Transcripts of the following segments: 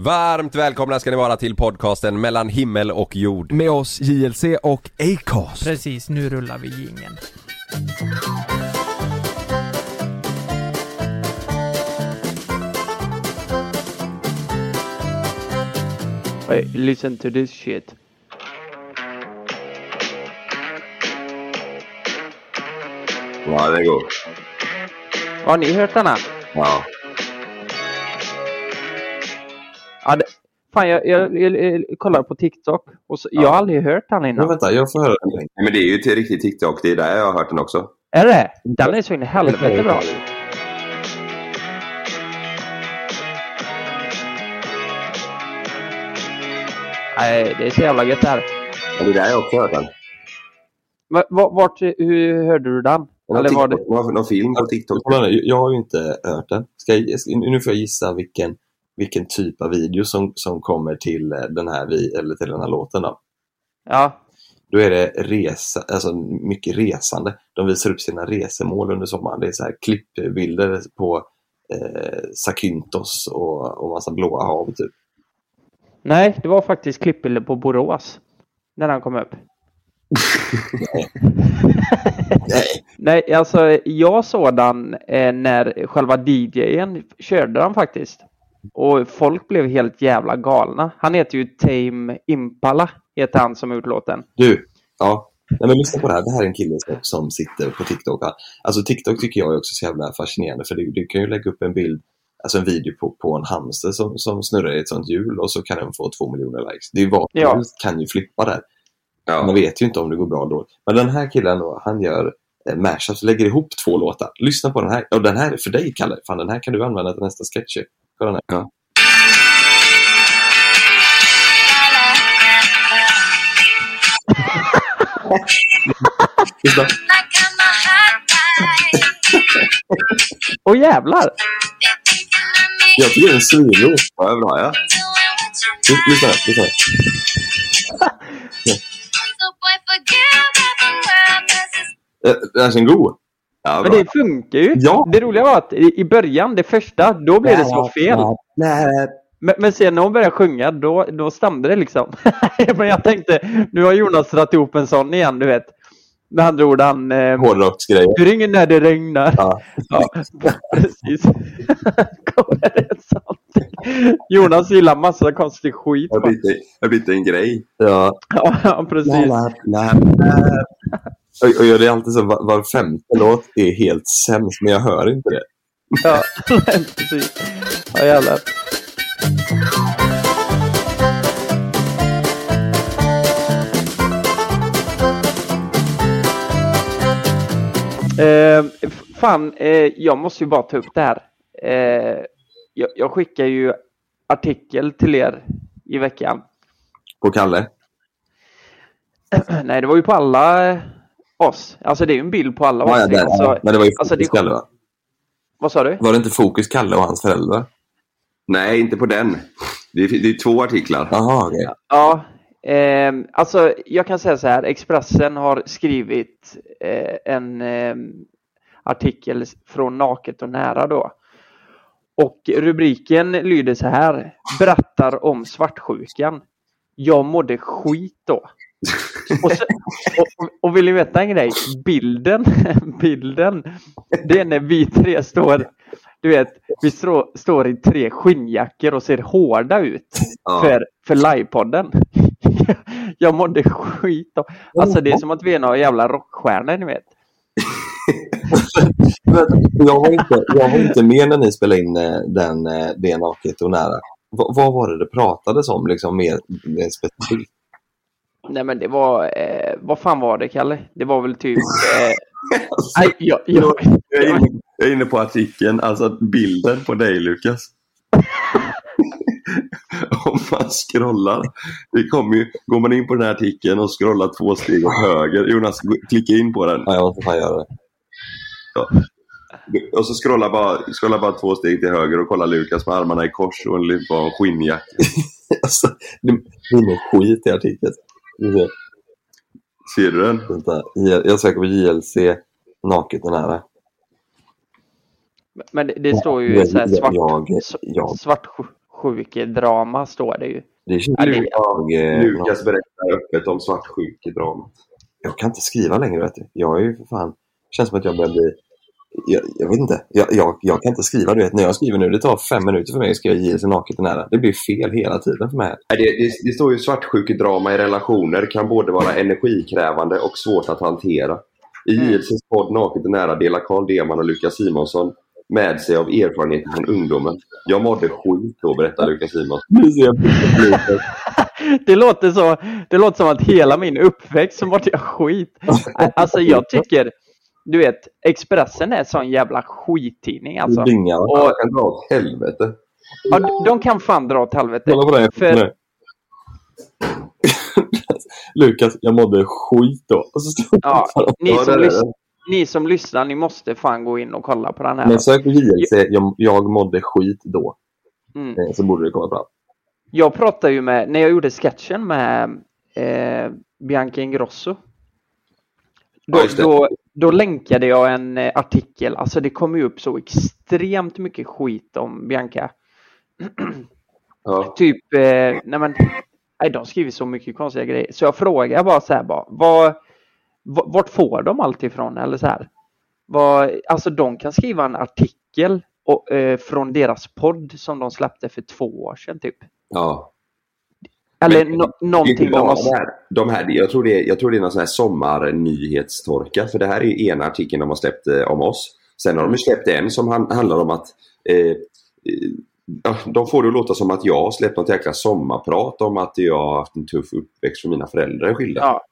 Varmt välkomna ska ni vara till podcasten Mellan himmel och jord. Med oss JLC och Acast. Precis, nu rullar vi jingeln. Hey, listen to this shit. Ja, det går. Har ni hört den här? Ja. Ja, fan, jag kollar på TikTok och så, jag har aldrig hört den innan. Men vänta, jag får höra den. Nej, men det är ju till riktigt TikTok, det är där jag har hört den också. Är det? Den är så in i helvete bra. Nej, det är så jävla gött här. Men det är där jag också har hört den. Hur hörde du den? Eller var det någon film på TikTok? Jag har ju inte hört den. Nu får jag gissa vilken typ av video som kommer till den här till den här låten då. Ja. Då är det alltså mycket resande. De visar upp sina resemål under sommaren. Det är så här klippbilder på Zakynthos och massa blåa hav typ. Nej, det var faktiskt klippbilder på Borås när han kom upp. Nej, alltså jag såg den när själva DJ:n körde den faktiskt. Och folk blev helt jävla galna. Han heter ju Tame Impala, heter han som gjort låten. Du, ja. Nej, men lyssna på det här. Det här är en kille som sitter på TikTok. Alltså TikTok tycker jag är också så jävla fascinerande. För du kan ju lägga upp en bild, alltså en video på en hamster som snurrar i ett sånt hjul. Och så kan den få 2 miljoner likes. Det är ju kan ju flippa där. Ja. Man vet ju inte om det går bra då. Men den här killen då, han gör mashups, lägger ihop 2 låtar. Lyssna på den här. Och den här är för dig, Kalle. Fan, den här kan du använda till nästa sketch. Kolla den här. Ja. Lyssna. Åh jävlar! Jag tycker det är en svinro. Ja, jag vill ha, ja. Lyssna. Den är god. Ja, men det funkar ju. Ja. Det roliga var att i början, det första, då blev det så fel. Men sen när hon började sjunga, då stämde det liksom. Men jag tänkte, nu har Jonas dratt ihop en sån igen, du vet. Med andra ord, han... hårdrocksgrejer. Du ringer när det regnar. Ja, precis. Kommer det sånt? Jonas gillar massa konstig skit. Det har blivit en grej. Ja, precis. Och jag är alltid så, var 5:e låt är helt sämst, men jag hör inte det. Ja, precis. Ja, jävlar. Jag måste ju bara ta upp det här. Jag skickar ju artikel till er i veckan. På Kalle? Nej, det var ju på alla oss. Alltså det är ju en bild på alla oss. Ja, alltså, men det var ju alltså, fokus Kalle, va? Vad sa du? Var det inte fokus Kalle och hans föräldrar? Nej, inte på den. Det är 2 artiklar. Jaha, okej. Ja, alltså jag kan säga så här. Expressen har skrivit en artikel från Naket och nära då. Och rubriken lyder så här: berättar om svartsjukan. Jag mådde skit då. Och vill ni veta en grej? Bilden, det är när vi 3 står, du vet, vi står i 3 skinnjackor och ser hårda ut för livepodden. Jag mådde skit då. Alltså det är som att vi är några jävla rockstjärnor, ni vet. Jag var inte med när ni spelade in det Naket och nära. Vad var det pratades om liksom mer specifikt? Nej, men det var vad fan var det, Kalle? Det var väl typ jag är inne på artikeln, alltså bilden på dig, Lukas. Om man scrollar, går man in på den här artikeln och scrollar 2 steg åt höger. Jonas, klicka in på den. Ja, jag måste fan göra det. Ja. Och så scrolla bara 2 steg till höger och kolla Lukas med armarna i kors och en skinnjacka. Alltså, det är nog skit i artikeln. Ser du den? Vänta, jag söker på JLC Naket och nära. Men det står ju så här svartsjukedrama står det ju. Det Lukas berättar öppet om svartsjukedramat. Jag kan inte skriva längre, vet du. Jag är ju för fan... Känns som att jag börjar bli... Jag vet inte. Jag kan inte skriva, du vet. När jag skriver nu, det tar 5 minuter för mig att skriva JLC naket och nära. Det blir fel hela tiden för mig. Det står ju svartsjukedrama i relationer kan både vara energikrävande och svårt att hantera. I JLCs podd Naket och nära delar Carl Deman och Lukas Simonsson med sig av erfarenheter från ungdomen. Jag mådde skit då, berättar Lukas Simonsson. Det låter som att hela min uppväxt så mådde jag skit. Alltså jag tycker, du vet, Expressen är sån jävla skittidning alltså. Och kan dra åt helvete. Ja, de kan fan dra åt helvete. Kolla på det. För... Lukas, jag mådde skit då. Och så ja, ni som lyssnar, ni måste fan gå in och kolla på den här. Men sök på JLC, jag mådde skit då. Så borde det komma fram. Jag pratade ju när jag gjorde sketchen med Bianca Ingrosso. Då länkade jag en artikel. Alltså det kom ju upp så extremt mycket skit om Bianca. Ja. Typ, de skriver så mycket konstiga grejer. Så jag frågar bara så här, vart får de allt ifrån? Eller så här. Alltså de kan skriva en artikel från deras podd som de släppte för 2 år sedan typ. Ja. Eller någonting de här, jag tror det är någon sån här sommarnyhetstorka. För det här är ena artikeln de har släppt om oss. Sen har de släppt en som handlar om att de får det att låta som att jag har släppt något jäkla sommarprat om att jag har haft en tuff uppväxt för mina föräldrar är skilda. Ja.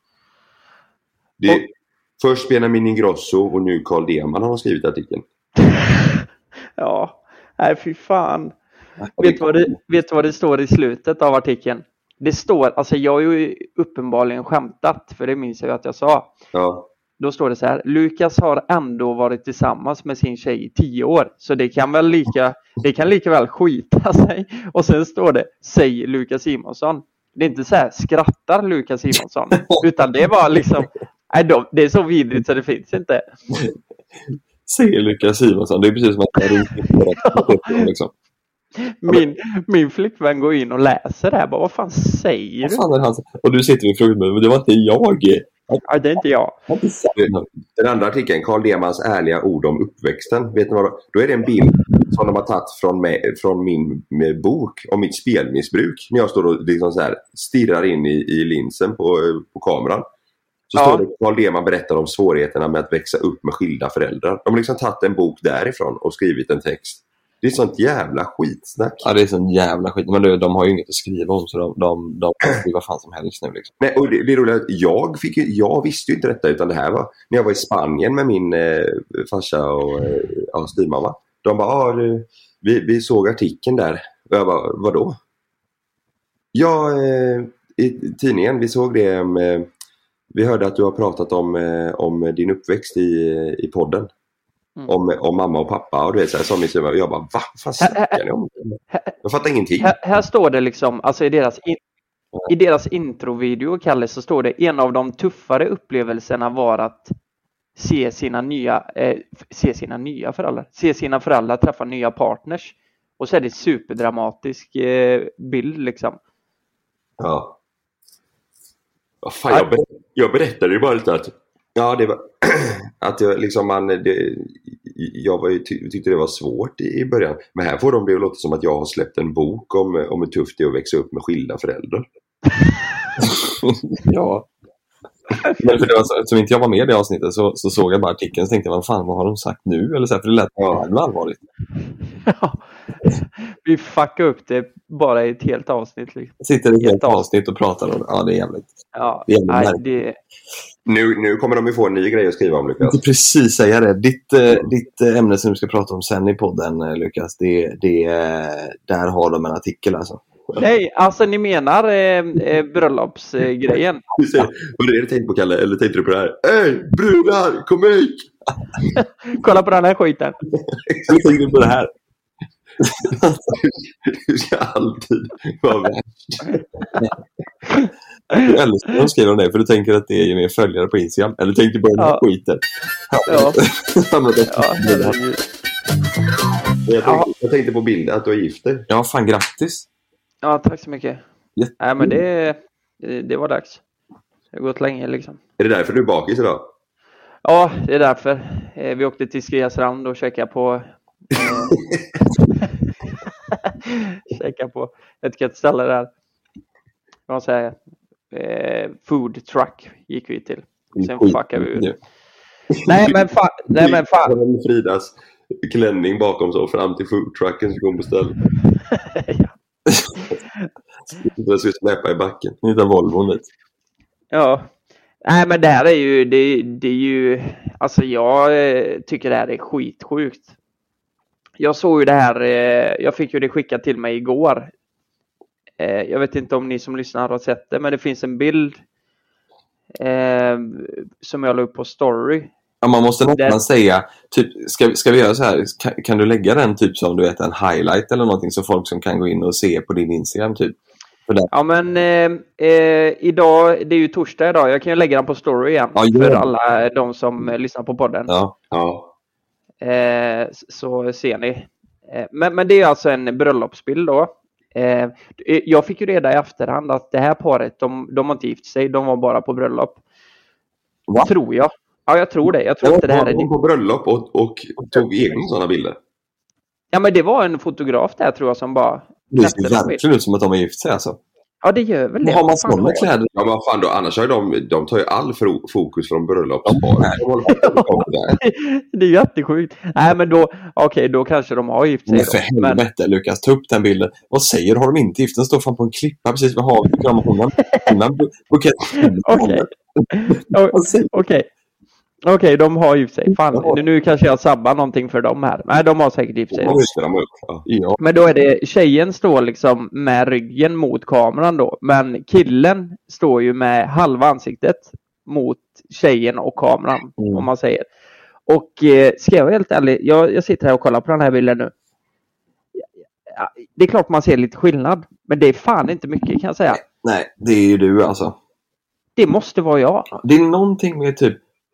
Först Benjamin Ingrosso och nu Carl Deman har skrivit artikeln. Ja, nej fy fan. Vet du vad det står i slutet av artikeln? Det står, alltså jag har ju uppenbarligen skämtat, för det minns jag att jag sa. Ja. Då står det så här: Lukas har ändå varit tillsammans med sin tjej i 10 år. Så det kan lika väl skita sig. Och sen står det, säg Lukas Simonsson. Det är inte så här, skrattar Lukas Simonsson. Utan det var liksom, det är så vidrigt så det finns inte. Säger Lukas Simonsson, det är precis som att jag ringt liksom. Min flickvän går in och läser det här. Vad fan säger du? Fan är han? Och du sitter vid fruktbordet, men det var inte jag. Ja, det är inte jag. Den andra artikeln, Carl Demans ärliga ord om uppväxten. Vet ni vad? Då är det en bild som de har tagit från min bok om mitt spelmissbruk. När jag står och liksom så här stirrar in i linsen på kameran. Så står det Carl Deman berättar om svårigheterna med att växa upp med skilda föräldrar. De har liksom tagit en bok därifrån och skrivit en text. Det är sånt jävla skitsnack. Ja, det är sånt jävla skit. Men de har ju inget att skriva om, så de kan skriva fan som helst nu liksom. Nej, och det är roligt att jag visste ju inte detta, utan det här var när jag var i Spanien med min farsa och styvmamma. De bara, vi såg artikeln där. Och jag bara, vadå? Ja, i tidningen, vi såg det. Vi hörde att du har pratat om din uppväxt i podden. Om mamma och pappa och du vet så här, som och jag bara, vad fan snackar ni om? Jag fattar ingenting. Här står det liksom, alltså i deras introvideo, Kalle, så står det: en av de tuffare upplevelserna var att se sina föräldrar träffa nya partners. Och så är det superdramatisk bild liksom. Ja. Vad fan, jag berättade ju bara lite att det var att jag liksom tyckte det var svårt i början. Men här får de det att låta som att jag har släppt en bok om hur tufft det är att växa upp med skilda föräldrar. Ja. Men för det var så, som inte jag var med i det avsnittet så såg jag bara artikeln och tänkte jag, vad har de sagt nu? Eller så här, för det lät allvarligt. Ja. Vi fuckar upp det bara i ett helt avsnitt. Liksom. Sitter i ett helt avsnitt och pratar om det är jävligt. Ja, det är jävligt Nu kommer de ju få en ny grej att skriva om, Lukas. Jag tänkte precis säga det. Ditt ämne som du ska prata om sen i podden, Lukas, där har de en artikel alltså. Nej, alltså ni menar bröllopsgrejen. Vad är det du tänkte på, Kalle? Eller tänkte du på det här? Brudar, kom hit! Kolla på den här skiten. Jag tänkte på det här. Du ska alltid vara värst. Du älskar att skriva om det, för du tänker att det är mer följare på Instagram. Eller tänkte på den här skiten. Ja. Jag tänkte på bilden att du är gift dig. Ja, fan grattis. Ja, tack så mycket. Nej, men det var dags. Det har gått länge liksom. Är det därför du är bakis idag? Ja, det är därför. Vi åkte till Skriasrand och käkade på ett ställe där. Jag säga food truck gick vi till. Sen fuckade vi ut. Nej men fan. Fridas klänning bakom så fram till food trucken som kom på stället. Ja. Det ska släppa i backen. Hitta Volvon dit. Ja. Nej men det här är ju det är ju alltså jag tycker det här är skitsjukt. Jag såg ju det här jag fick ju det skickat till mig igår. Jag vet inte om ni som lyssnar har sett det, men det finns en bild som jag la upp på story. Ja, man måste nästan säga typ, ska vi göra så här, kan du lägga den typ som du vet en highlight eller någonting så folk som kan gå in och se på din Instagram typ. Ja men idag, det är ju torsdag idag, jag kan ju lägga den på story igen för alla de som lyssnar på podden. Ja. Så ser ni. Men det är alltså en bröllopsbild då. Jag fick ju reda i efterhand att det här paret, de har inte gift sig, de var bara på bröllop. Va? Tror jag. Ja, jag tror det. Jag tror inte det här är på bröllop och tog egna sådana bilder. Ja, men det var en fotograf där tror jag som bara... Det ser verkligen ut som att de har gift sig alltså. Ja, det gör väl det. Har man sådana kläder? Ja, men fan då, annars har de tar ju all fokus från bröllop. Det är jättesjukt. Nej, men då, då kanske de har gift sig. Men för helvete, Lukas, ta upp den bilden. Vad säger du? Har de inte gift? Den står fan på en klippa precis vid havet. Okej, de har gift sig. Fan, nu kanske jag sabbar någonting för dem här. Nej, de har säkert gift sig. Ja. Men då är det, tjejen står liksom med ryggen mot kameran då. Men killen står ju med halva ansiktet mot tjejen och kameran, om man säger. Och ska jag vara helt ärlig, jag sitter här och kollar på den här bilden nu. Ja, det är klart man ser lite skillnad. Men det är fan inte mycket kan jag säga. Nej, det är ju du alltså. Det måste vara jag. Det är någonting med typ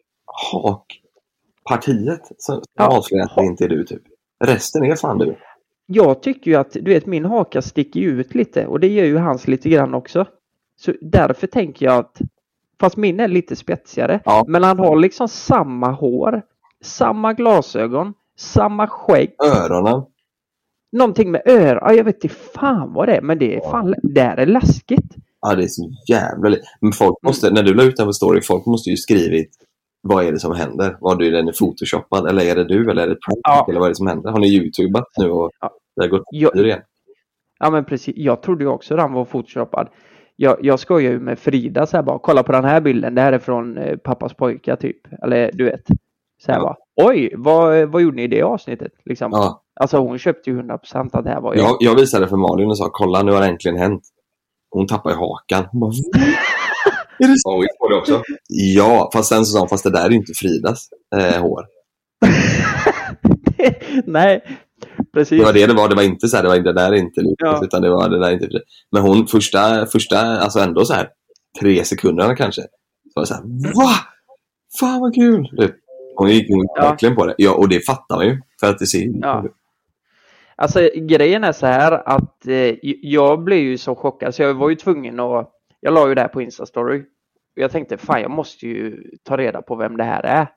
hakpartiet som avslöjar att det inte är du typ. Resten är fan du. Jag tycker ju att, du vet, min haka sticker ut lite. Och det gör ju hans lite grann också. Så därför tänker jag att, fast min är lite spetsigare. Ja. Men han har liksom samma hår, samma glasögon, samma skägg. Öronen. Någonting med öron. Jag vet inte fan vad det är. Men det är fan, det här är läskigt. Ja, det är så jävla men folk måste, när du la ut den på story, folk måste ju skrivit vad är det som händer? Var du den är photoshoppad? Eller är det du? Eller är det prank? Eller vad är det som händer? Har ni YouTubat nu och det har gått ur igen? Ja, men precis. Jag trodde ju också att han var photoshoppad. Jag skojar ju med Frida så här bara. Kolla på den här bilden. Det här är från pappas pojkar typ. Eller du vet. Så här bara. Oj, vad gjorde ni i det avsnittet? Liksom. Ja. Alltså hon köpte ju 100% att det här var jag. Jag visade för Malin och sa, kolla nu har det äntligen hänt. Hon tappar i hakan. Hon bara, är det så? Ja, det också. Ja, fast sen så sa fast det där är inte Fridas hår. Nej, precis. Det var inte så här, det där är inte Lukas, utan det där är inte. Men hon första alltså ändå så här 3 sekunderna kanske. Så var det så här, va? Fan vad kul. Hon gick verkligen på det. Ja, och det fattar man ju för att det ser. Ja. Alltså grejen är så här att jag blev ju så chockad så jag var ju tvungen att, jag la ju det här på Instastory. Och jag tänkte, fan jag måste ju ta reda på vem det här är.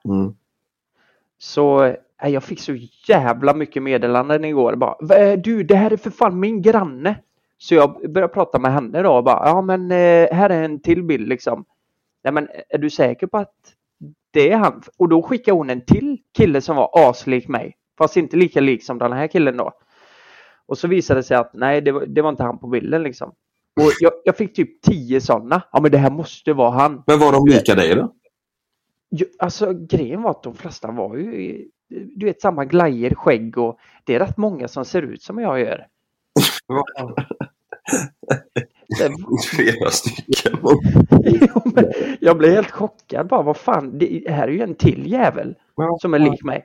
Så jag fick så jävla mycket meddelanden igår. Bara, du, det här är för fan min granne. Så jag började prata med henne då och bara, ja men här är en till bild liksom. Nej men är du säker på att det är han? Och då skickade hon en till kille som var aslik mig. Fast inte lika lik som den här killen då. Och så visade det sig att nej, det var inte han på bilden liksom. Och jag fick typ 10 sådana. Ja, men det här måste vara han. Men var de lika dig då? Alltså, grejen var att de flesta var ju, du vet, samma glajer, skägg och det är rätt många som ser ut som jag gör. Flera stycken. Jag blev helt chockad. Bara, vad fan, det här är ju en till jävel som är lik mig.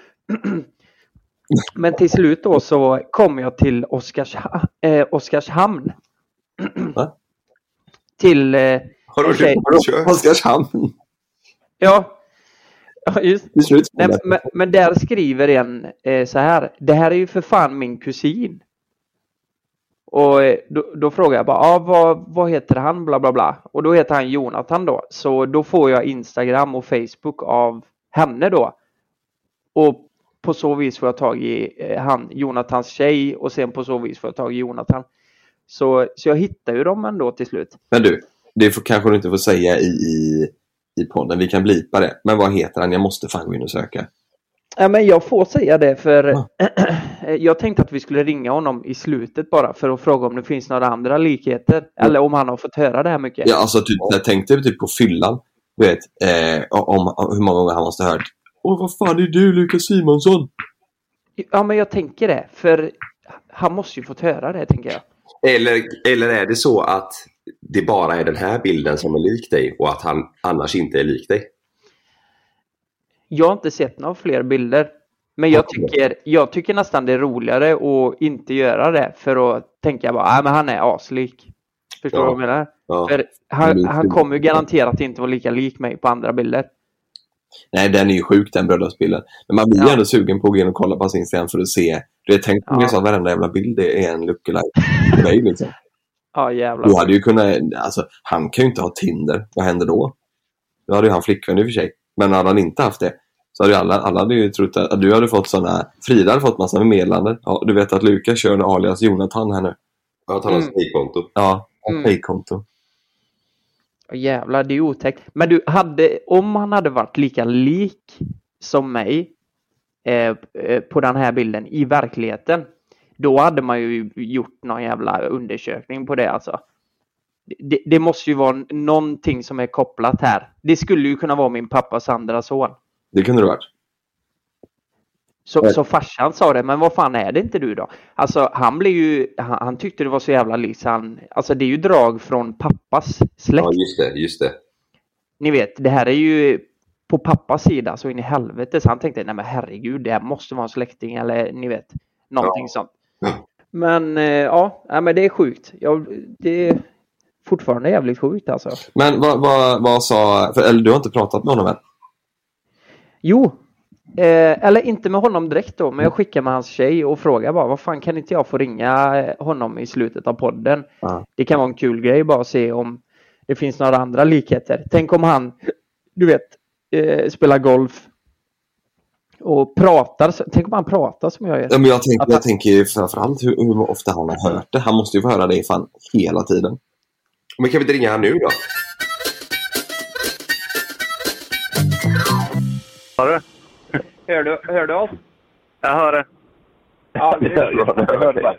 Men till slut då så kom jag till Oskarshamn. Va? Till Har du Oskarshamn? Ja. Ja, just. Till slut. Nej, men där skriver en så här. Det här är ju för fan min kusin. Och då frågar jag bara, vad heter han, bla bla bla. Och då heter han Jonathan då. Så då får jag Instagram och Facebook av henne då. Och på så vis får jag tag i Jonathans tjej. Och sen på så vis får jag tag i Jonathan. Så jag hittar ju dem ändå till slut. Men du, det kanske du inte får säga i podden. Vi kan blipa det. Men vad heter han? Jag måste fan gå in och söka. Ja, men jag får säga det för jag tänkte att vi skulle ringa honom i slutet bara för att fråga om det finns några andra likheter. Eller om han har fått höra det här mycket. Ja, alltså jag tänkte typ på fyllan. Du vet, om hur många gånger han måste ha hört. Vad fan är du, Lukas Simonsson? Ja, men jag tänker det. För han måste ju fått höra det, tänker jag. Eller är det så att det bara är den här bilden som är lik dig och att han annars inte är lik dig? Jag har inte sett några fler bilder. Men jag tycker nästan det är roligare att inte göra det. För att tänka bara, men han är aslik. Förstår du vad jag menar? Ja. För han kommer ju garanterat inte vara lika lik mig på andra bilder. Nej, den är ju sjuk, den bröllopsbilden. Men man blir ändå sugen på att gå in och kolla på sin Instagram för att se. Tänk om jag sa att varenda jävla bild är en lookalike för dig liksom. Ja, jävlar. Du hade ju kunnat, alltså han kan ju inte ha Tinder. Vad händer då? Då hade ju han flickvän i och för sig. Men hade han inte haft det så hade ju alla hade ju trott att du hade fått sådana. Frida hade fått massa med meddelanden. Ja, du vet att Lukas kör alias Jonathan här nu. Ja, han har ett fejkkonto. Ja, ett fejkkonto. Jävlar, det är otäckt. Men om han hade varit lika lik som mig på den här bilden i verkligheten, då hade man ju gjort någon jävla undersökning på det alltså. Det måste ju vara någonting som är kopplat här. Det skulle ju kunna vara min pappas andra son. Det kunde det varit. Så farsan sa det, men vad fan är det inte du då? Alltså han tyckte det var så jävla likt. Alltså det är ju drag från pappas släkt. Ja, just det. Ni vet, det här är ju på pappas sida så in i helvete. Så han tänkte, nej men herregud, det här måste vara en släkting eller ni vet, någonting sånt. Men men det är sjukt. Det är fortfarande jävligt sjukt alltså. Men vad sa, eller du har inte pratat med honom än? Jo, eller inte med honom direkt då, men jag skickar med hans tjej och frågar bara, vad fan kan inte jag få ringa honom i slutet av podden? Det kan vara en kul grej bara att se om det finns några andra likheter. Tänk om han, du vet, spelar golf och pratar. Tänk om han pratar som jag gör. Ja, men jag tänker framförallt hur ofta han har hört det. Han måste ju få höra det fan hela tiden. Men kan vi inte ringa han nu då? Hör du oss? Jag hör det. Ja, det hör det.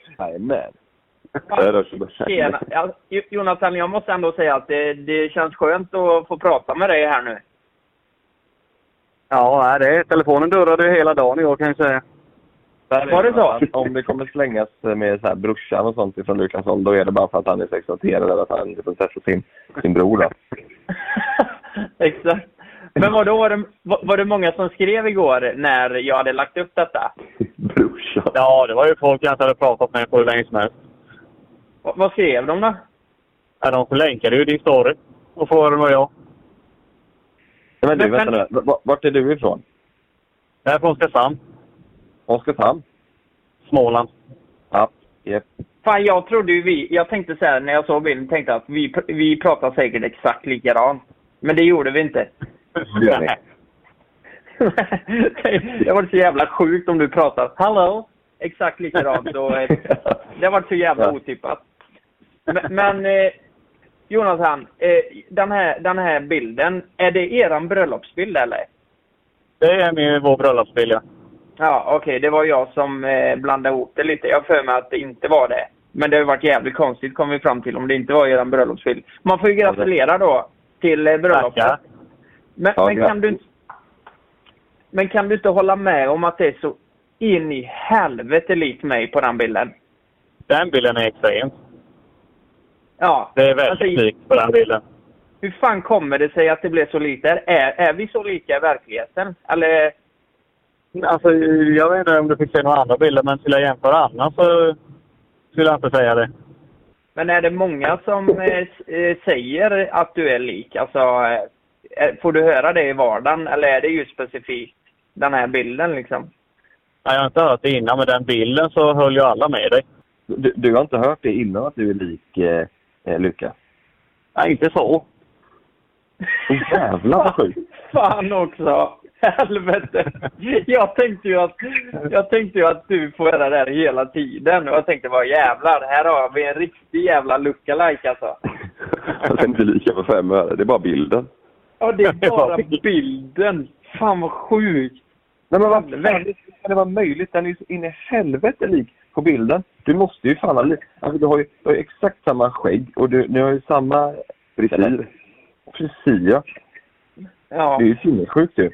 Tjena. Ja, Jonathan, jag måste ändå säga att det känns skönt att få prata med dig här nu. Ja, telefonen durrade hela dagen igår kan jag säga. Var det så? Om det kommer slängas med så här brorsan och sånt ifrån Lukas håll, då är det bara för att han är så exalterad eller att han inte får träffa sin bror då. Exakt. Men var det många som skrev igår när jag hade lagt upp detta? Brorsan. Ja, det var ju folk jag inte hade pratat med på hur länge som helst. Vad skrev de då? Ja, de länkade ju din story och frågade vad jag. Ja, men du, vänta nu. Vart är du ifrån? Jag är från Oskarshamn. Oskarshamn? Småland. Ja, yep. Fan, jag tänkte så här när jag såg bilden, tänkte att vi pratar säkert exakt likadant. Men det gjorde vi inte. Nej. Det var så jävla sjukt om du pratar hallå, exakt likadant. Det var så jävla otippat. Men Jonathan, den här bilden, är det eran bröllopsbild eller? Det är vår bröllopsbild, ja. Ja, okej. Det var jag som blandade ihop det lite. Jag för mig att det inte var det. Men det har varit jävligt konstigt, kom vi fram till, om det inte var eran bröllopsbild. Man får ju gratulera då till bröllopet. Men kan du inte hålla med om att det är så in i helvete likt mig på den bilden? Den bilden är extremt. Ja. Det är väldigt likt på den bilden. Hur fan kommer det sig att det blev så lite? Är vi så lika i verkligheten? Eller? Alltså, jag vet inte om du fick se några andra bilder, men till att jämföra annars så skulle jag inte säga det. Men är det många som säger att du är lik? Alltså, får du höra det i vardagen eller är det just specifikt den här bilden liksom? Nej, jag har inte hört det innan, men den bilden så höll ju alla med dig. Du har inte hört det innan att du är lik Lukas? Nej, inte så. Jävlar vad sjukt. Fan också. Helvete. Jag tänkte ju att du får höra det här hela tiden. Och jag tänkte, vad jävlar, här har vi en riktig jävla lookalike alltså. Jag är inte lika på 5 öre, det är bara bilden. Ja, det är bara bilden. Fan vad sjukt. Nej men vad kan det vara möjligt? Den är ju så in i helvete lik på bilden. Du måste ju fan ha alltså, du har ju exakt samma skägg och ni har ju samma frisyr. Ja. Ja. Det är ju sinnessjukt ju.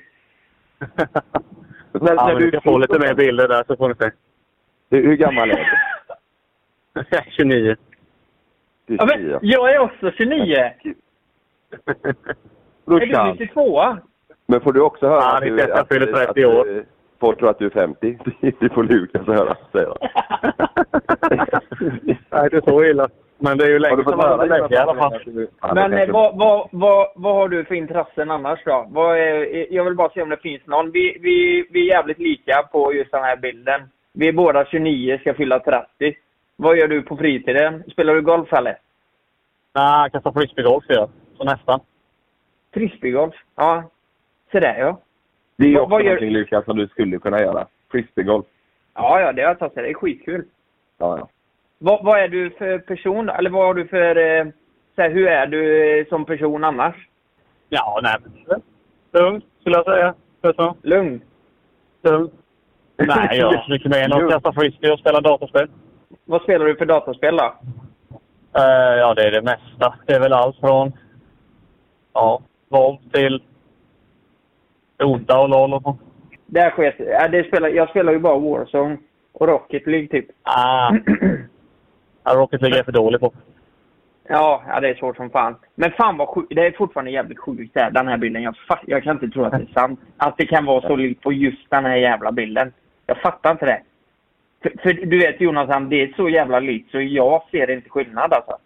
när du ska få lite mer bilder där så får ni se. Hur gammal är du? Jag är 29. Ja, men, jag är också 29. Är du 92? Men får du också höra att jag fyller 30 år. Folk tror att du är 50. Det får Lukas höra, säger han. Nej, det är så illa. Men det är ju länge som man har lägga i alla fall. Men vad har du för intressen annars då? Jag vill bara se om det finns någon. Vi är jävligt lika på just den här bilden. Vi är båda 29, ska fylla 30. Vad gör du på fritiden? Spelar du golf eller? Nej, jag kastar frisbeegolf jag. Så nästan. Frisbeegolf? Ja. Så där ja. Det är också någonting Lukas som du skulle kunna göra. Frisbeegolf. Ja, det har jag tagit. Det är skitkul. Ja. Vad är du för person? Eller vad har du för... hur är du som person annars? Ja, nej. Lugn, skulle jag säga. Lugn? Lugn. Nej, jag är mycket mer än att kasta frisbee och spela dataspel. Vad spelar du för dataspel då? Ja, det är det mesta. Det är väl allt från... Ja, Volt till... Dota och LOL och så. Jag spelar ju bara Warzone och Rocket League typ. Rocket League är för dålig på. Ja, det är svårt som fan. Men fan vad sjukt. Det är fortfarande jävligt sjukt där, den här bilden. Jag kan inte tro att det är sant. Att det kan vara så likt på just den här jävla bilden. Jag fattar inte det. För du vet Jonathan, det är så jävla likt så jag ser inte skillnad alltså.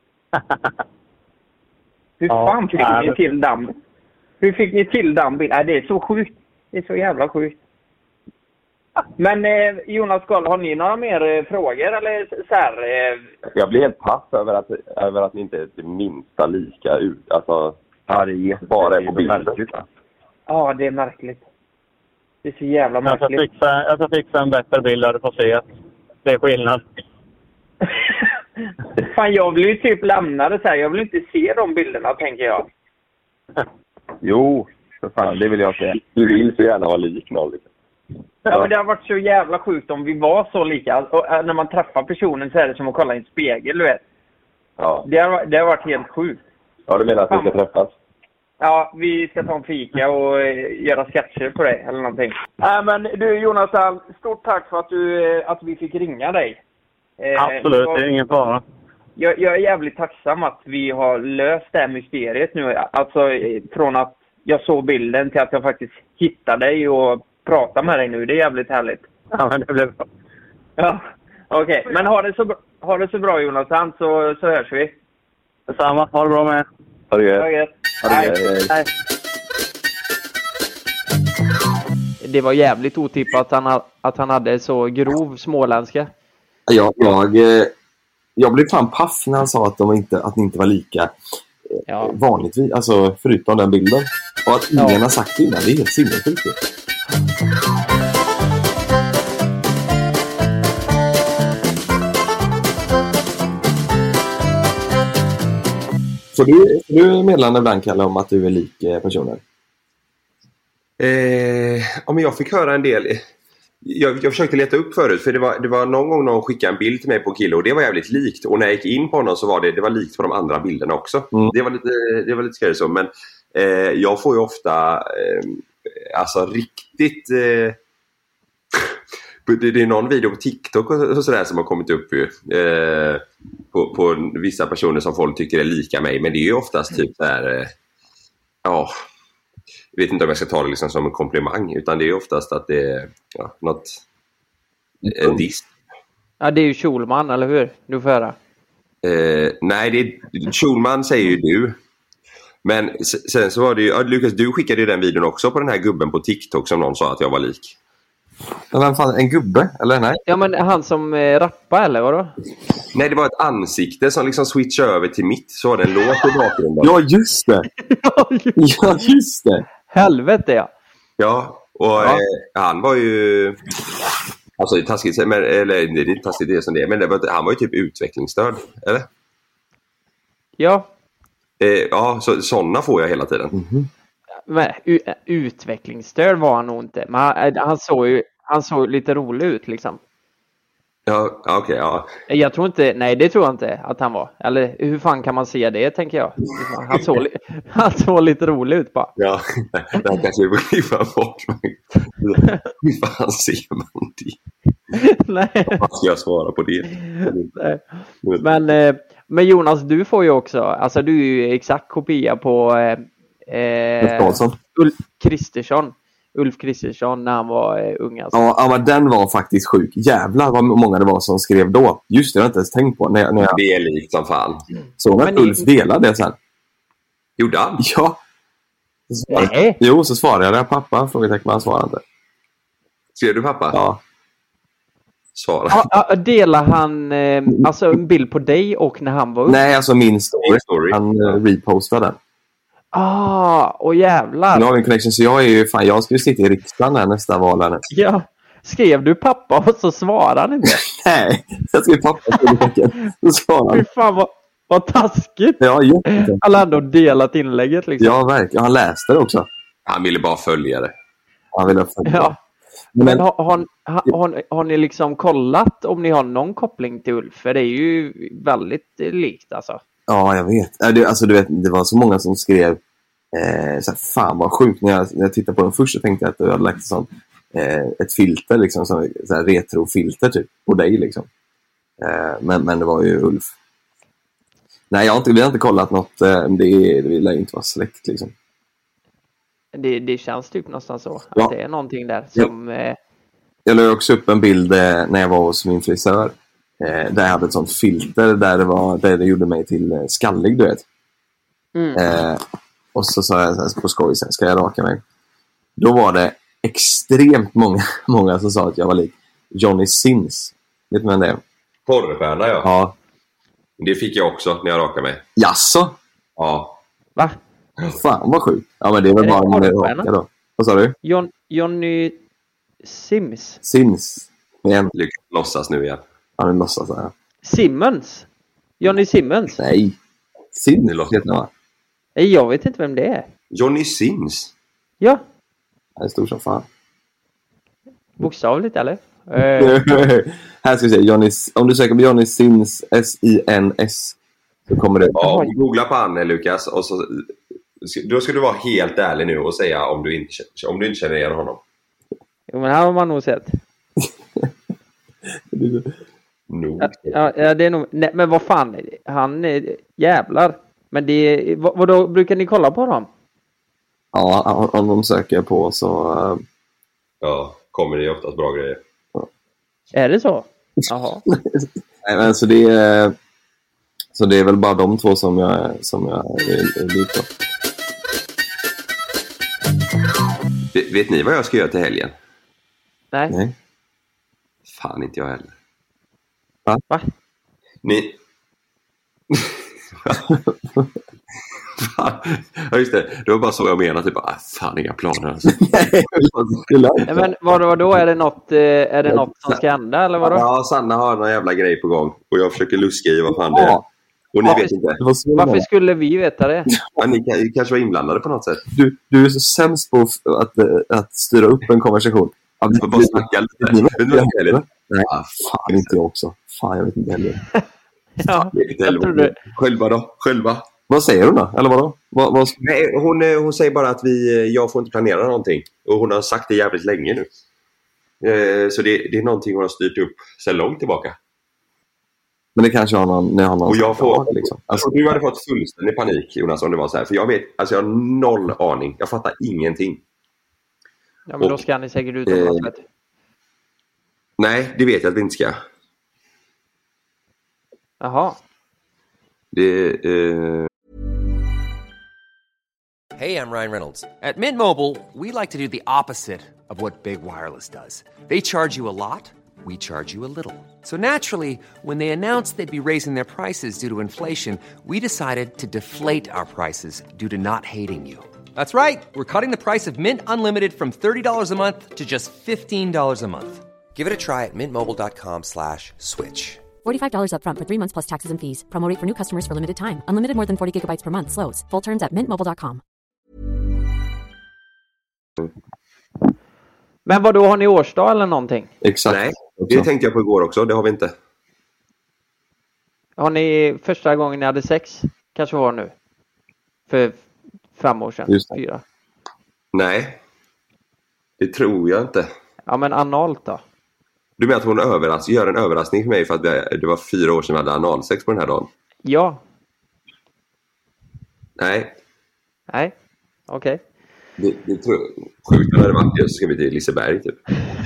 Hur fan fick ni till den? Hur fick ni till den bilden? Det är så sjukt. Det är så jävla sjukt. Men Jonas Gall, har ni några mer frågor eller så här? Jag blir helt pass över att ni inte är det minsta lika ut. Alltså, det bara är på bilden. Ja, det är märkligt. Det är så jävla märkligt. Jag ska fixa en bättre bild där du får se att det är skillnad. Fan, jag vill ju typ lämna det så här. Jag vill inte se de bilderna, tänker jag. Jo, för fan, det vill jag se. Du vill så gärna vara lik någon. Ja, men det har varit så jävla sjukt om vi var så lika. Och när man träffar personen så är det som att kolla i en spegel, du vet. Ja. Det har varit helt sjukt. Ja, du menar att vi ska träffas? Ja, vi ska ta en fika och göra sketcher på det eller någonting. Men du Jonathan, stort tack för att vi fick ringa dig. Absolut, det är ingen fara. Jag är jävligt tacksam att vi har löst det här mysteriet nu. Alltså från att jag såg bilden till att jag faktiskt hittade dig och pratar med dig nu. Det är jävligt härligt. Ja, men det blev bra. Ja, okej. Men ha det så bra Jonathan, så hörs vi. Detsamma, ha det bra med. Ha det gött. Hej. Det var jävligt otippat att han hade så grov småländska. Jag blev fan paff när han sa att ni inte var lika vanligtvis, alltså förutom den bilden. Och att ingen har sagt det innan, det är helt sinnessjukt. Får du meddelande ibland, Kalle, om att du är lik personer? Ja, men jag fick höra en del. Jag försökte leta upp förut, för det var någon gång någon skickade en bild till mig på kille och det var jävligt likt. Och när jag gick in på honom så var det var likt på de andra bilderna också. Det var lite skrämmande så, men jag får ju ofta alltså riktigt det är någon video på TikTok och sådär som har kommit upp ju, på vissa personer som folk tycker är lika mig, men det är ju oftast typ såhär jag vet inte om jag ska ta det liksom som en komplimang, utan det är ju oftast att det är en diss. Ja, det är ju Schulman, eller hur? Du får höra. Nej, Schulman säger ju du. Men sen så var det ju, Lukas, du skickade ju den videon också på den här gubben på TikTok som någon sa att jag var lik. Men vem fan, en gubbe? Eller nej? Ja, men han som rappar eller vadå? Nej, det var ett ansikte som liksom switchade över till mitt. Så var det en låt i bakgrunden. Ja, just det! Ja, just det! Helvete, ja. Ja, och han var ju... Alltså det är taskigt, men, eller det är inte taskigt det som det är, men han var ju typ utvecklingsstörd, eller? Ja. Ja, så sådana får jag hela tiden. Mm-hmm. Men utvecklingsstöd var han nog inte. Men han såg lite rolig ut liksom. Ja, okej, ja. Jag tror inte, nej det tror jag inte att han var. Eller hur fan kan man se det, tänker jag. Han såg lite rolig ut bara. Ja, det här kanske vi klippa bort. Hur fan ser man det? Nej. Vad ska jag svara på det? Nej. Men Jonas, du får ju också, alltså du är ju exakt kopia på Ulf Kristersson när han var ung. Alltså. Ja, men den var faktiskt sjuk. Jävlar vad många det var som skrev då. Just det, jag har inte ens tänkt på. När jag... Det är likt som fan. Så att Ulf delade det sen. Gjorde han? Ja. Nej. Jo, så svarade jag pappa. Frågetecken, men han svarade inte. Skrev du pappa? Ja. Svara. Ja, delar han alltså en bild på dig och när han var ung? Nej, alltså min story. Han repostade den. Och jävlar. Nu har vi en connection, så jag är ju fan, jag ska ju sitta i riksdagen här nästa val här. Ja. Skrev du pappa och så svarade han inte? Nej, jag skrev pappa så svarade han. Fy fan vad taskigt. Ja, jättebra. Han hade ändå delat inlägget liksom. Ja, verkligen. Han läste det också. Han ville bara följa det. Han ville följa det. Ja. Men har ni liksom kollat om ni har någon koppling till Ulf? För det är ju väldigt likt alltså. Ja, jag vet. Alltså, du vet, det var så många som skrev så här, fan vad sjukt. När jag tittade på den först så tänkte jag att du hade lagt sån, ett filter, liksom, så här retrofilter typ, på dig. Liksom. Men det var ju Ulf. Nej, vi har inte kollat något. Det lär inte vara släkt liksom. Det känns typ nästan så. Ja. Att det är någonting där som... Jag la också upp en bild när jag var hos min frisör. Där jag hade ett sånt filter där det gjorde mig till skallig, du vet. Och så sa jag så här, på skoj, ska jag raka mig? Då var det extremt många som sa att jag var lik Johnny Sins. Vet du vem det är? Porrstjärna, ja. Ja. Det fick jag också när jag rakade mig. Jaså? Ja. Va? Fan vad sjukt. Ja, men det är väl bara en raka då. Vad sa du? Johnny Sims. Sins. Lyckas låtsas nu igen. Ja, nu låtsas jag. Simmons. Johnny Simmons. Nej. Sins. Det låter inte, va? Nej, jag vet inte vem det är. Johnny Sins. Ja. Det är stor som fan. Bokstavligt, eller? Här ska vi se. Om du söker på Johnny Sins S-I-N-S så kommer det... Ja, googla på han, Lukas. Och så, då ska du vara helt ärlig nu och säga om du inte känner igen honom. Jo, men här har man nog sett. Ja, det är nog... Nej, men vad fan. Han är jävlar. Men det... Vadå, brukar ni kolla på dem? Ja, om de söker på så... Ja, kommer det oftast bra grejer. Ja. Är det så? Jaha. Nej, men så det är väl bara de två som jag är lik på. Vet ni vad jag ska göra till helgen? Nej. Fan, inte jag heller. Va? Ni... Ja, just det. Det var bara så jag menar. Typ, fan, inga planer. Alltså. Nej, men vadå? Är det något som ska hända? Eller vadå? Ja, Sanna har någon jävla grej på gång. Och jag försöker luska i vad fan det är. Och ni vet inte. Varför skulle vi veta det? Ja, ni kanske var inblandade på något sätt. Du är så sämst på att styra upp en konversation. Bara snacka lite. Nej, fan inte jag också. Fan, jag vet inte heller. Ja, jag tror det. Själva. Vad säger hon då? Eller vadå? Nej, hon säger bara att jag får inte planera någonting. Och hon har sagt det jävligt länge nu. Så det är någonting hon har styrt upp sedan långt tillbaka. Men det kanske har någon och jag får liksom. Alltså, du hade fått fullständig panik, Jonas, om det var så här. För jag har noll aning. Jag fattar ingenting. Ja, men då ska ni säkert utomlands. Nej, det vet jag att vi inte ska. Jaha. Hey, I'm Ryan Reynolds. At Mint Mobile, we like to do the opposite of what Big Wireless does. They charge you a lot, we charge you a little. So naturally, when they announced they'd be raising their prices due to inflation, we decided to deflate our prices due to not hating you. That's right. We're cutting the price of Mint Unlimited from $30 a month to just $15 a month. Give it a try at mintmobile.com/switch. $45 up front for 3 months plus taxes and fees. Promo rate for new customers for limited time. Unlimited more than 40 gigabytes per month. Slows full terms at mintmobile.com. Men vad då, har ni årsdag eller någonting? Exakt. Nej, det tänkte jag på igår också. Det har vi inte. Har ni första gången ni hade sex? Kanske var nu. För 5 år sedan. 4. Nej. Det tror jag inte. Ja, men analt då? Du menar att hon gör en överraskning för mig för att det var 4 år sedan vi hade analsex på den här dagen? Ja. Nej. Nej, okej. Det tror jag. Sjukt när det varit det så ska vi till Liseberg typ.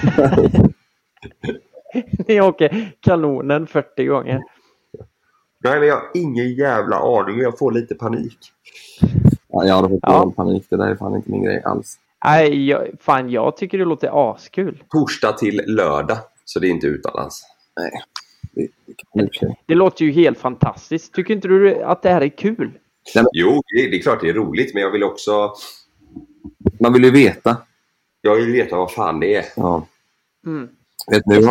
Ni åker kanonen 40 gånger. Nej, men jag har ingen jävla aning. Jag får lite panik. Ja, jag har fått panik. Det där är fan inte min grej alls. Nej, jag tycker det låter askul. Torsdag till lördag. Så det är inte utomlands. Nej. Det låter ju helt fantastiskt. Tycker inte du att det här är kul? Jo, det är klart det är roligt. Men jag vill också... Man vill ju veta. Jag vill veta vad fan det är. Ja. Mm. Vet, nu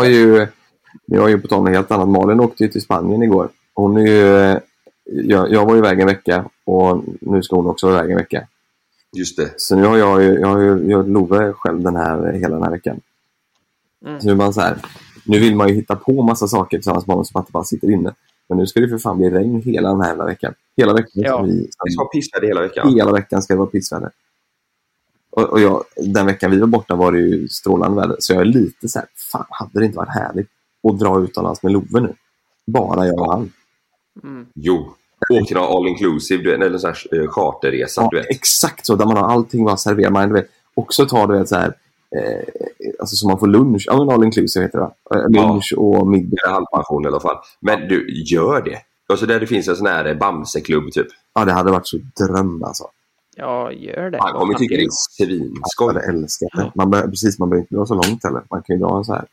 har ju på tal om helt annat. Malin åkte ju till Spanien igår. Hon är ju... Jag var iväg en vecka. Och nu ska hon också vara iväg en vecka. Just det. Så nu har jag Love själv hela den här veckan. Mm. Så nu är man så här... Nu vill man ju hitta på massa saker tillsammans med honom som att det bara sitter inne. Men nu ska det för fan bli regn hela den här jävla veckan. Hela veckan. Ja. Vi ska vara pissade hela veckan. Hela veckan ska det vara pissade. Och den veckan vi var borta var det ju strålande väder. Så jag är lite så här, fan hade det inte varit härligt att dra utomlands med Love nu? Bara jag och han. Mm. Jo. Åker all inclusive, eller så här charterresa, ja, du vet. Exakt så, där man har allting bara serverat. Man vet, också tar du så här... alltså så man får lunch. Ja, men all inclusive heter det. Lunch och middag. Halvpension i alla fall. Men du, gör det. Alltså där det finns en sån här Bamseklubb typ. Ja, det hade varit så dröm alltså. Ja, gör det. Om vi tycker det är svinskoj. Jag älskar det. Man behöver inte dra så långt heller. Man kan ju dra en så här.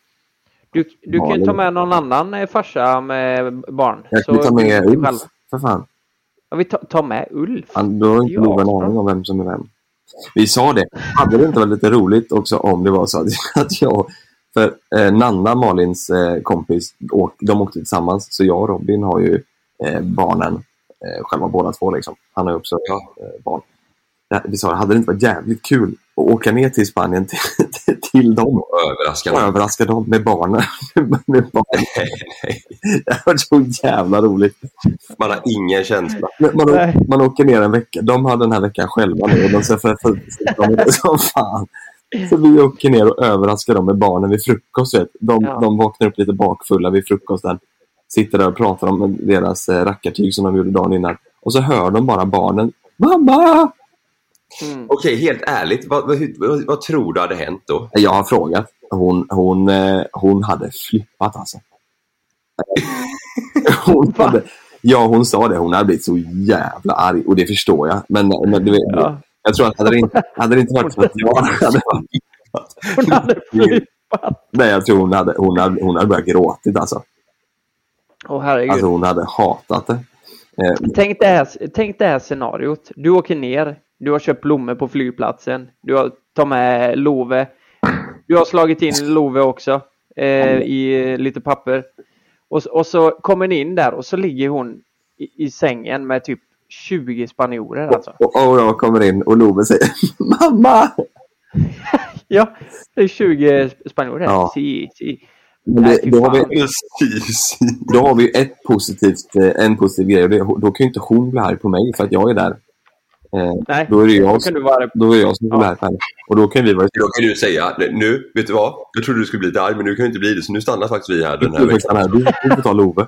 Du kan ju ta med någon annan farsa med barn. Jag kan ta med Ulf, för fan. Ja, vi tar med Ulf. Du har inte någon aning om vem som är vem. Vi sa det. Hade det inte varit lite roligt också om det var så att jag... För Nanna, Malins kompis, de åkte tillsammans. Så jag och Robin har ju barnen själva båda två liksom. Han har ju också barn. Vi sa, hade det inte varit jävligt kul att åka ner till Spanien till dem och överraska dem med barnen. med barnen. Nej. Det har varit så jävla roligt. Man har ingen känsla. Man åker ner en vecka. De har den här veckan själva nu. Och de ser för som fan. Så vi åker ner och överraskar dem med barnen vid frukost. Vet. De vaknar upp lite bakfulla vid frukosten. Sitter där och pratar om deras rackartyg som de gjorde dagen innan. Och så hör de bara barnen. Mamma! Mm. Okej, helt ärligt. Vad tror du hade hänt då? Jag har frågat. Hon hade flippat alltså. Hon sa det. Hon hade blivit så jävla arg. Och det förstår jag. Men du vet, jag tror att hade det inte varit för att jag hade flippat. Hon hade flippat. Nej, jag tror hon hade börjat gråtit alltså. Herregud. Alltså hon hade hatat det. Tänk det här scenariot. Du åker ner. Du har köpt blommor på flygplatsen. Du har tagit med Love. Du har slagit in Love också. I lite papper. Och så kommer ni in där. Och så ligger hon i sängen med typ 20 spanjorer alltså. Och jag kommer in och Love säger Mamma! Ja, det är 20 spanjorer. Ja. Si. Då har vi en positiv grej. Då kan ju inte hon bli arg på mig för att jag är där. Nej, då är det jag som blir arg. Och då kan då kan du säga, nu, vet du vad? Jag trodde du skulle bli lite arg, men nu kan du inte bli det. Så nu stannar faktiskt vi här den här veckan. Du får ta Love.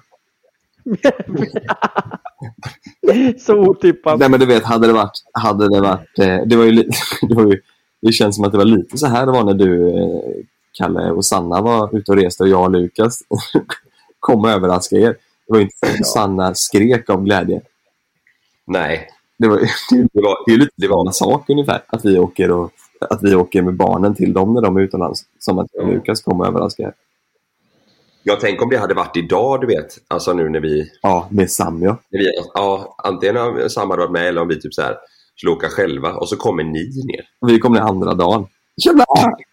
Så otippat. Nej, men du vet, hade det varit det känns som att det var lite så här det var när du Kalle och Sanna var ute och reste och jag och Lukas kom och överraskade er. Det var inte Sanna skrek av glädje. Nej. Det är ju lite samma sak ungefär. Att vi åker med barnen till dem när de är utomlands. Som att Lukas kommer överraska. Jag tänker om det hade varit idag, du vet. Alltså nu när vi... Ja, med Sam, ja. Ja, antingen har Sam varit med eller om vi typ så här skulle åka själva. Och så kommer ni ner. Vi kommer ner andra dagen. Jävlar!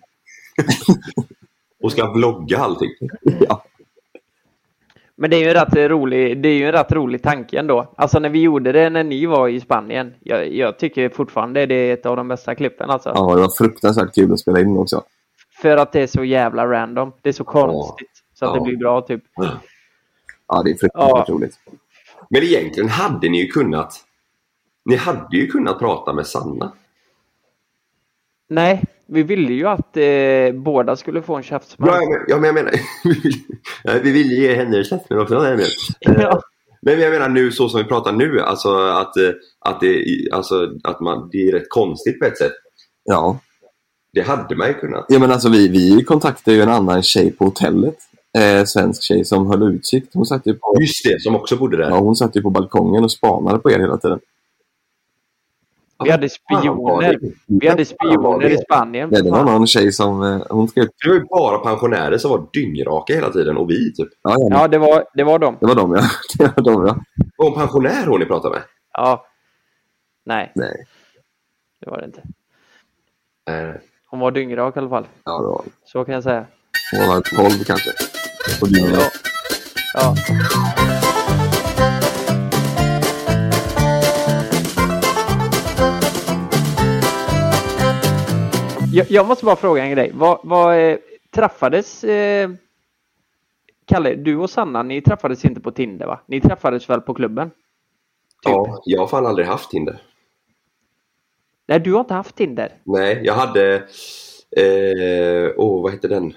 Och ska vlogga allting. Ja. Men det är ju en rätt rolig tanke ändå. Alltså när vi gjorde det när ni var i Spanien. Jag tycker fortfarande det är ett av de bästa klippen alltså. Ja, det var fruktansvärt kul att spela in också. För att det är så jävla random. Det är så konstigt. Så att det blir bra typ. Ja, det är fruktansvärt roligt. Men egentligen hade ni ju kunnat... Ni hade ju kunnat prata med Sanna. Nej, vi ville ju att båda skulle få en käftsmäll. Ja, men jag menar... vi ville ge henne en käftsmäll också. Ja. Men jag menar nu så som vi pratar nu. Alltså att det är rätt konstigt på ett sätt. Ja. Det hade man ju kunnat. Ja, men alltså vi kontaktade ju en annan tjej på hotellet. Svensk tjej som höll utsikt. Hon satt ju på... Just det, som också bodde där. Ja, hon satt ju på balkongen och spanade på er hela tiden. Vi hade spioner i Spanien. Ja, det var någon tjej som... hon skrev... Det var ju bara pensionärer som var dyngraka hela tiden. Och vi typ. Ja, det var de. Det var de, ja. Det var de, ja. Var hon pensionär hon ni pratade med? Ja. Nej. Det var det inte. Hon var dyngrak i alla fall. Ja, det var. Så kan jag säga. Hon var 12 kanske. Och dyngrak. Ja. Jag måste bara fråga en grej. Vad träffades Kalle, du och Sanna, ni träffades inte på Tinder va? Ni träffades väl på klubben? Typ. Ja, jag har fan aldrig haft Tinder. Nej, du har inte haft Tinder? Nej, jag hade... vad heter den?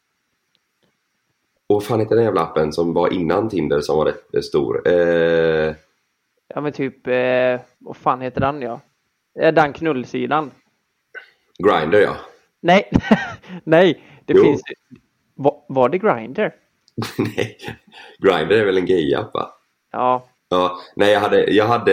Vad fan heter den jävla appen som var innan Tinder som var rätt stor? Ja, men typ... vad fan heter den, ja? Den knullsidan. Grindr, ja. Nej, nej. Det finns... Var det Grindr? Nej, Grindr är väl en gay-app, va? Ja. Ja, nej, jag hade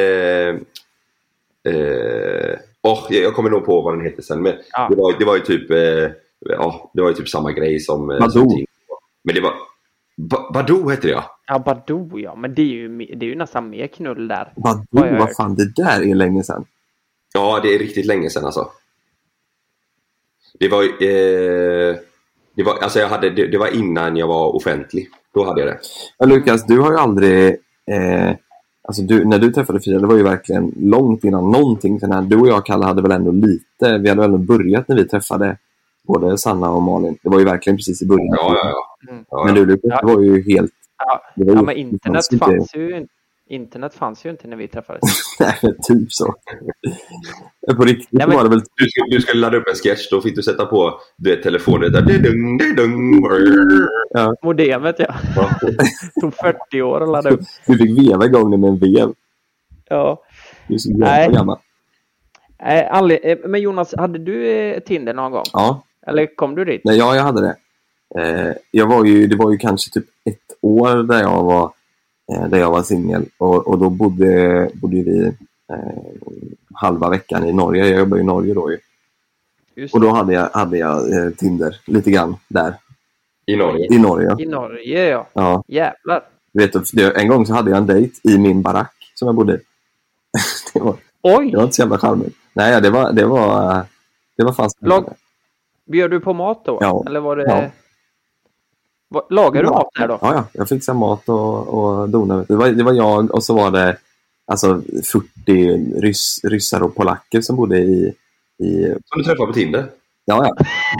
jag kommer nog på vad den heter sen, men det var ju typ det var ju typ samma grej som Badoo. Men det var Badoo heter det, ja. Ja, Badoo, ja, men det är ju nästan mer knull där. Badoo, vad fan, det där är länge sedan. Ja, det är riktigt länge sedan alltså. Det var alltså det var innan jag var offentlig. Då hade jag det. Ja, Lukas, du har ju aldrig alltså när du träffade Fia, det var ju verkligen långt innan någonting. För när du och jag, Kalle, hade väl ändå lite... Vi hade väl ändå börjat när vi träffade både Sanna och Malin. Det var ju verkligen precis i början. Ja. Men du, Lukas, det var ju helt... men internet fanns ju inte när vi träffades. Nej, typ så. På riktigt. Nej, men... var det väl... Du skulle ladda upp en sketch, då fick du sätta på telefonen där. Ja. Modemet, ja. Tog 40 år att ladda upp. Du fick veva igång det med en vev. Ja. Du är så jävla gammal. Men Jonas, hade du Tinder någon gång? Ja. Eller kom du dit? Nej, jag hade det. Det var ju kanske typ 1 år där jag var singel. Och då bodde vi halva veckan i Norge. Jag jobbade i Norge då ju. Och då hade jag Tinder lite grann där. I Norge? I Norge, ja. I Norge, ja. Ja. Jävlar. En gång så hade jag en dejt i min barack som jag bodde i. Det var inte så jävla charmigt. Nej, det var fast. Bjöd du på mat då? Ja. Eller var det... Ja. Lagar du mat där då? Ja. Jag fixade mat och donade. Det var jag och så var det alltså 40 ryssar och polacker som bodde i... Som du träffade på Tinder? Ja.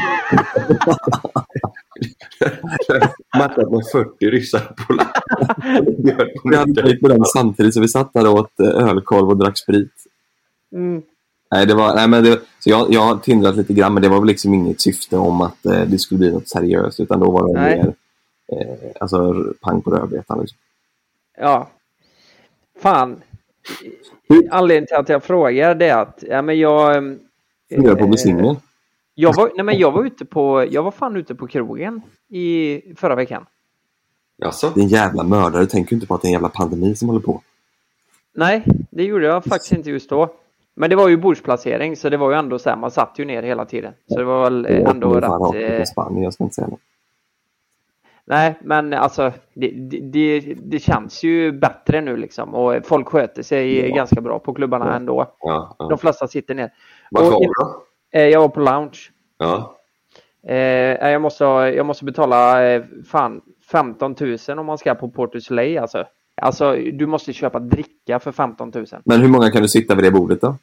Mattat med 40 ryssar och polacker. Vi hade tagit med dem samtidigt så vi satt där och åt ölkorv och drack sprit. Mm. Så jag har tindrat lite grann, men det var väl liksom inget syfte om att det skulle bli något seriöst, utan då var det mer alltså pang på rödbetan liksom. Ja. Fan. Anledningen till att jag frågar det är att jag funderar på besingningen. Jag var fan ute på krogen i förra veckan. Jaså? Det är en jävla mördare, tänker inte på att det är en jävla pandemi som håller på. Nej, det gjorde jag faktiskt inte just då. Men det var ju bordsplacering, så det var ju ändå så här, man satt ju ner hela tiden. Så det var väl ändå rätt... Spanien, jag ska inte säga något. Nej, men alltså det känns ju bättre nu liksom. Och folk sköter sig ganska bra på klubbarna ändå. Ja. De flesta sitter ner. Vad var då? Jag var på lounge. Ja. Jag måste betala 15 000 om man ska på Port of Soleil alltså. Alltså du måste köpa dricka för 15 000. Men hur många kan du sitta vid det bordet då?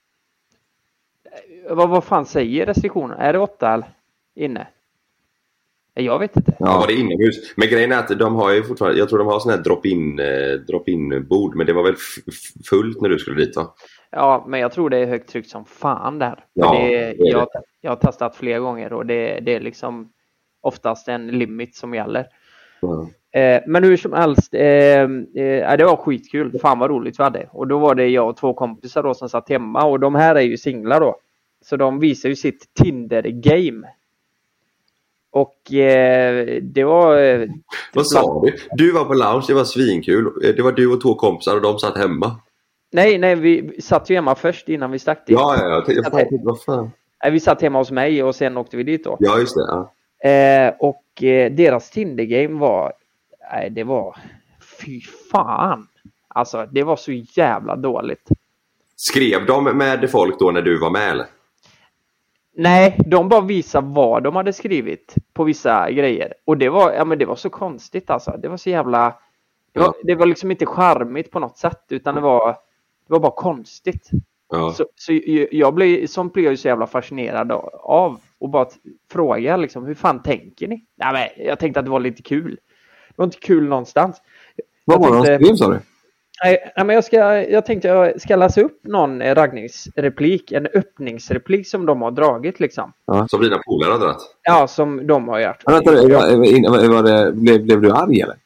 Vad fan säger restriktionen? Är det 8 eller inne? Jag vet inte. Ja, var det inomhus. Men grejen är att de har ju fortfarande, jag tror de har sån här drop-in bord, men det var väl fullt när du skulle dit va? Ja, men jag tror det är högt tryck som fan där. Ja, jag har testat flera gånger och det är liksom oftast en limit som gäller. Men hur som helst, det var skitkul. Fan vad roligt vi hade. Och då var det jag och 2 kompisar då som satt hemma. Och de här är ju singlar då. Så de visar ju sitt Tinder-game. Och det var... Vad sa du? Du var på lounge, det var svinkul. Det var du och 2 kompisar och de satt hemma. Nej, vi satt ju hemma först innan vi stack dit. Ja. Vad fan? Vi satt hemma hos mig och sen åkte vi dit då. Ja, just det. Ja. Och deras Tinder-game var... Nej, det var... Fy fan! Alltså, det var så jävla dåligt. Skrev de med folk då när du var med eller? Nej, de bara visade vad de hade skrivit på vissa grejer. Och det var så konstigt alltså. Det var så jävla... Det var liksom inte charmigt på något sätt. Utan det var bara konstigt. Ja. Så jag blev ju så jävla fascinerad av. Och bara fråga liksom, hur fan tänker ni? Nej, men jag tänkte att det var lite kul. Det var inte kul någonstans. Vad var det de skrev, sa du? Nej, men jag tänkte jag ska läsa upp någon raggningsreplik, en öppningsreplik som de har dragit liksom. Ja. Som dina polare har dragit? Ja, som de har gjort. Blev du arg eller?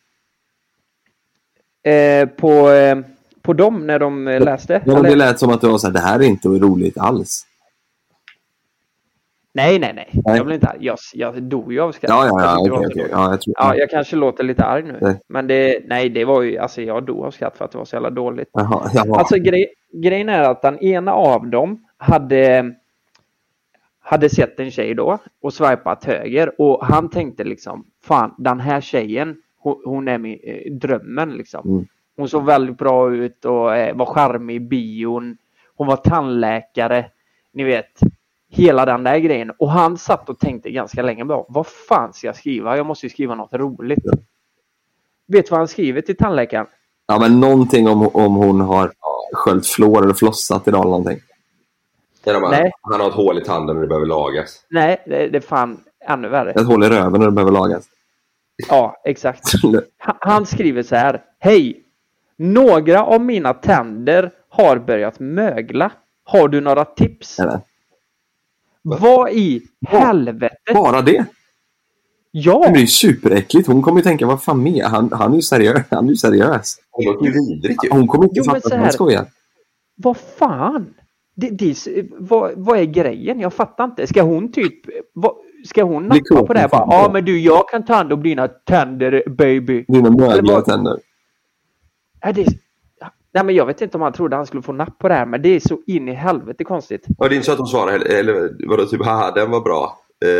På dem när de läste? Ja, det lät som att du var så här, det här är inte roligt alls. Nej. Jag blev inte arg. Jag dog ju av skratt. Okej. Jag kanske låter lite arg nu. Nej. Men det var ju, alltså jag dog av skratt för att det var så jävla dåligt. Jaha. Alltså grejen är att den ena av dem hade sett en tjej då och swipat höger. Och han tänkte liksom, fan den här tjejen, hon är min drömmen liksom. Mm. Hon såg väldigt bra ut och var charmig i bion. Hon var tandläkare. Ni vet, hela den där grejen. Och han satt och tänkte ganska länge bara, vad fan ska jag skriva? Jag måste ju skriva något roligt. Ja. Vet du vad han skriver till tandläkaren? Ja, men någonting om hon har sköljt flår eller flossat idag eller någonting. Nej. Han har ett hål i tanden och det behöver lagas. Nej, det är fan ännu värre. Ett hål i röven och det behöver lagas. Ja, exakt. Han skriver så här. Hej! Några av mina tänder har börjat mögla. Har du några tips? Eller? Vad i helvete? Bara det? Ja. Det blir superäckligt. Hon kommer ju tänka, vad fan med? Han är ju seriös. Han är ju seriös. Det låter ju vidrigt ju. Hon kommer inte fatta att han skojar. Vad fan? Vad är grejen? Jag fattar inte. Ska hon typ... Ska hon nappa på det här? Ja, men du, jag kan ta hand om dina tänder, baby. Dina mögliga tänder. Nej, men jag vet inte om han trodde han skulle få napp på det här. Men det är så in i helvete konstigt. Ja, det är inte så att hon svarar. Eller var det typ, haha, den var bra.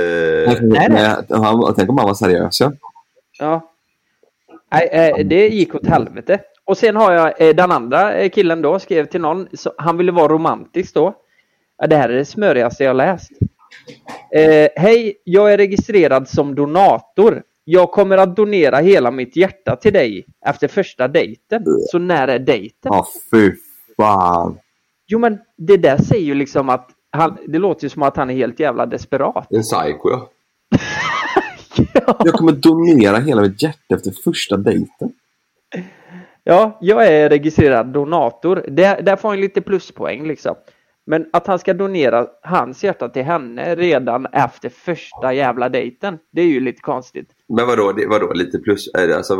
Nej. Tänk om han var seriös, ja. Ja. Nej, det gick åt helvete. Och sen har jag den andra killen då skrev till någon. Så han ville vara romantisk då. Det här är det smörigaste jag läst. Hej, jag är registrerad som donator. Jag kommer att donera hela mitt hjärta till dig efter första dejten. Så när är dejten? Ja, fy fan. Jo, men det där säger ju liksom att det låter ju som att han är helt jävla desperat. En psycho, ja. Ja. Jag kommer donera hela mitt hjärta efter första dejten. Ja, jag är registrerad donator. Där får han lite pluspoäng liksom. Men att han ska donera hans hjärta till henne redan efter första jävla dejten, det är ju lite konstigt. Men vadå lite plus? Alltså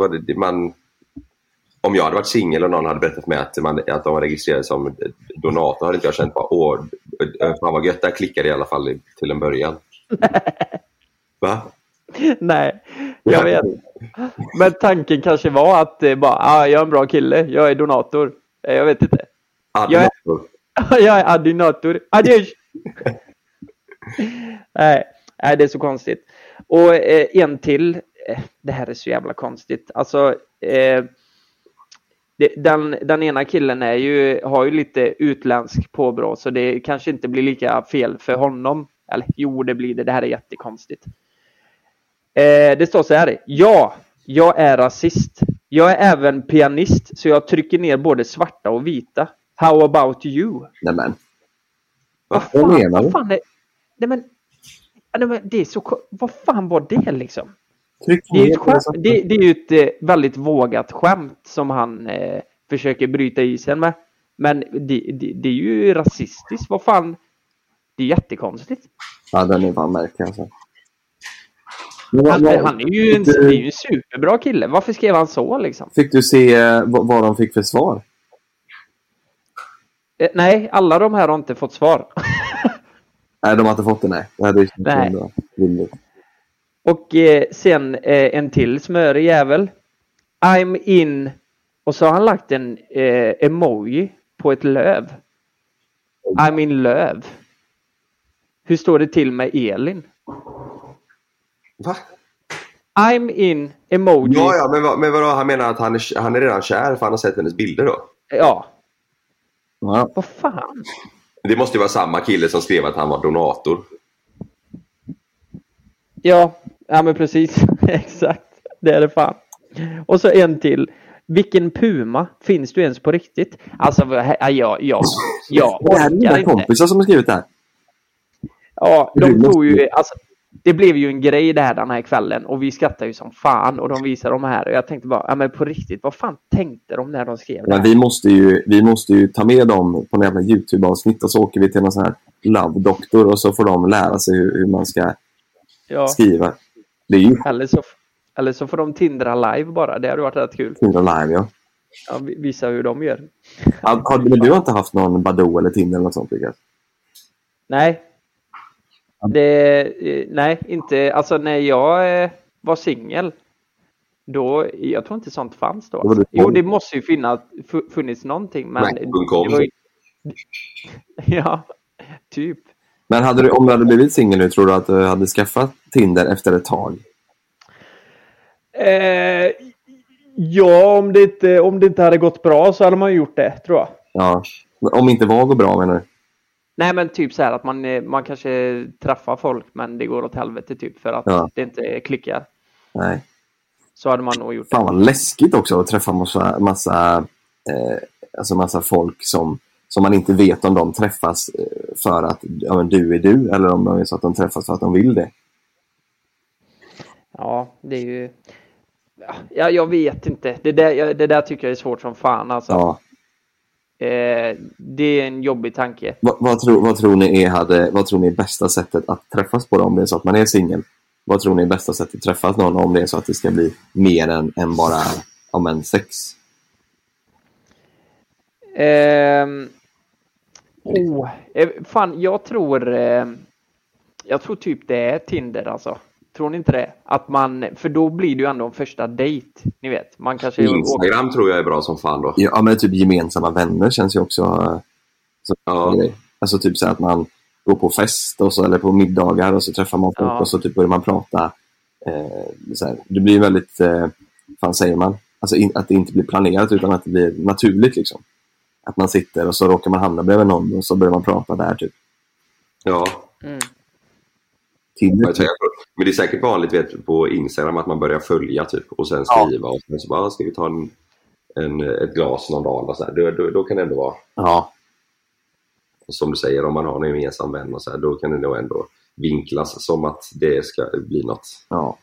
om jag hade varit singel och någon hade berättat med att de var registrerade som donator, hade inte jag känt bara, fan vad gött, där klickade i alla fall till en början. Va? Nej, jag vet. Men tanken kanske var att jag är en bra kille, jag är donator. Jag vet inte. Adinator. Jag är adinator. Adios! Nej, det är så konstigt. Och en till. Det här är så jävla konstigt. Alltså, den ena killen har ju lite utländsk påbrå, så det kanske inte blir lika fel för honom. Eller jo, det blir det. Det här är jättekonstigt. Det står så här. Ja, jag är rasist. Jag är även pianist, så jag trycker ner både svarta och vita. How about you? Nämen. Vad fan är... Nej men det är så... Vad fan var det liksom? Det är ju ett väldigt vågat skämt som han försöker bryta isen med. Men det är ju rasistiskt. Vad fan? Det är jättekonstigt. Ja, den är fan märklig alltså. Han är ju en superbra kille. Varför skrev han så liksom? Fick du se vad de fick för svar? Nej, alla de här har inte fått svar. Nej, de har inte fått det, nej. Det är nej. Och sen en till smörig jävel. I'm in. Och så har han lagt en emoji på ett löv. I'm in löv. Hur står det till med Elin? Va? I'm in emoji. Ja, men vadå? Han menar att han är redan kär för han har sett hennes bilder då? Ja. Vad fan? Det måste ju vara samma kille som skrev att han var donator. Ja men precis. Exakt. Det är det fan. Och så en till. Vilken puma? Finns du ens på riktigt? Alltså, jag det här är mina kompisar som har skrivit det här. Ja, de tog ju... Alltså, det blev ju en grej där den här kvällen. Och vi skrattade ju som fan. Och de visade de här. Och jag tänkte bara, men på riktigt, vad fan tänkte de när de skrev det här? Vi måste ju ta med dem på en jävla YouTube-avsnitt. Och så åker vi till någon sån här love-doktor. Och så får de lära sig hur man ska skriva. Det är ju... Eller så får de Tindra live bara. Det hade varit rätt kul. Tindra live, ja. Ja, visa hur de gör. Du har inte haft någon Badoo eller Tinder eller något sånt, Rickard? Nej. Nej, inte. Alltså när jag var singel. Då, jag tror inte sånt fanns då. Jo, det måste ju funnits någonting. Men ja, typ. Men om du hade blivit singel nu, tror du att du hade skaffat Tinder efter ett tag? Ja, om det inte hade gått bra så hade man gjort det, tror jag. Ja, om inte var går bra, menar du? Nej, men typ så här att man kanske träffar folk men det går åt helvete typ för att det inte klickar. Nej. Så hade man nog gjort det. Fan vad läskigt också att träffa massa folk som man inte vet om de träffas för att du är du eller om de är så att de träffas för att de vill det. Ja, det är ju... Ja, jag vet inte. Det där tycker jag är svårt som fan alltså. Ja. Det är en jobbig tanke. Vad tror ni är bästa sättet att träffas på om det är så att man är singel? Vad tror ni är bästa sättet att träffas någon om det är så att det ska bli mer än bara sex? Fan, jag tror typ det är Tinder alltså. Tror ni inte det? För då blir det ju ändå en första dejt. Ni vet, man kanske... Instagram tror jag är bra som fan då. Ja, men typ gemensamma vänner känns ju också... Alltså typ så att man går på fest och så, eller på middagar och så träffar man folk och så typ börjar man prata. Så här. Det blir väldigt... fan säger man? Alltså att det inte blir planerat utan att det blir naturligt liksom. Att man sitter och så råkar man hamna bredvid någon och så börjar man prata där typ. Ja. Mm. Men det är säkert vanligt på Instagram att man börjar följa typ och sen skriva och sen så bara ska vi ta ett glas någon dag och så här. Då kan det ändå vara. Ja. Och som du säger, om man har en gemensam vän och så här, då kan det nog ändå vinklas som att det ska bli något. Ja.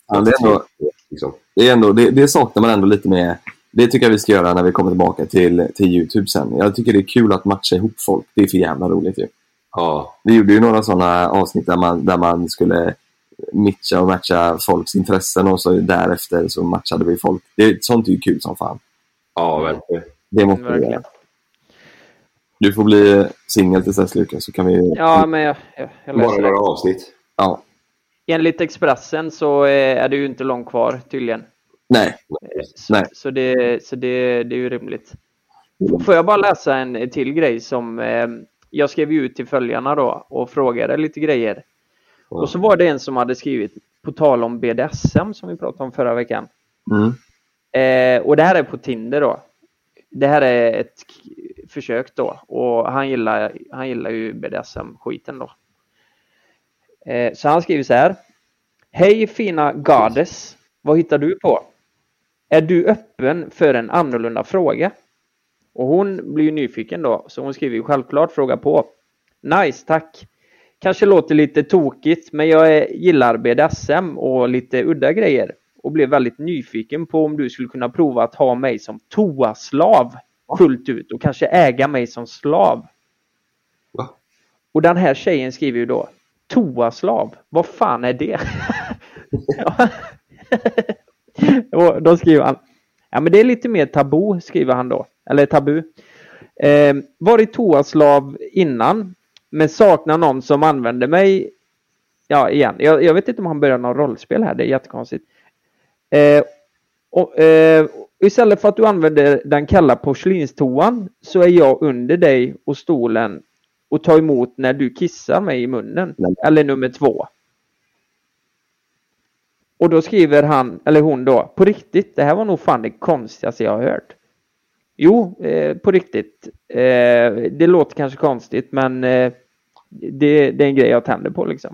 Det saknar man ändå lite med. Det tycker jag vi ska göra när vi kommer tillbaka till YouTube sen. Jag tycker det är kul att matcha ihop folk. Det är för jävla roligt ju. Ja. Vi gjorde ju några sådana avsnitt där man skulle matcha folks intressen och så därefter så matchade vi folk. Sånt är ju kul som fan. Ja, verkligen. Det måste vi göra. Du får bli singel tills dess, Lukas, så kan vi... Ja, men jag bara några avsnitt. Ja. Enligt Expressen så är det ju inte långt kvar tydligen. Nej. Så det är ju rimligt. Får jag bara läsa en till grej som jag skrev ut till följarna då och frågade lite grejer. Och så var det en som hade skrivit på tal om BDSM som vi pratade om förra veckan. Och det här är på Tinder då. Det här är ett försök då. Och han gillar ju BDSM-skiten då. Så han skriver så här. Hej fina goddess. Vad hittar du på? Är du öppen för en annorlunda fråga? Och hon blir ju nyfiken då. Så hon skriver ju självklart fråga på. Nice, tack. Kanske låter lite tokigt. Men jag gillar BDSM och lite udda grejer. Och blev väldigt nyfiken på om du skulle kunna prova att ha mig som toaslav fullt ut. Och kanske äga mig som slav. Va? Och den här tjejen skriver ju då. Toaslav? Vad fan är det? Och då skriver han. Ja men det är lite mer tabu skriver han då. Eller tabu. Varit toaslav innan. Men saknar någon som använder mig. Ja igen. Jag vet inte om han börjar någon rollspel här. Det är jättekonstigt. Istället för att du använder den kalla porslinstoan. Så är jag under dig och stolen. Och tar emot när du kissar mig i munnen. Eller nummer 2. Och då skriver han, eller hon då. På riktigt, det här var nog fan det konstigaste jag har hört. Jo, på riktigt. Det låter kanske konstigt. Men det är en grej jag tänder på liksom.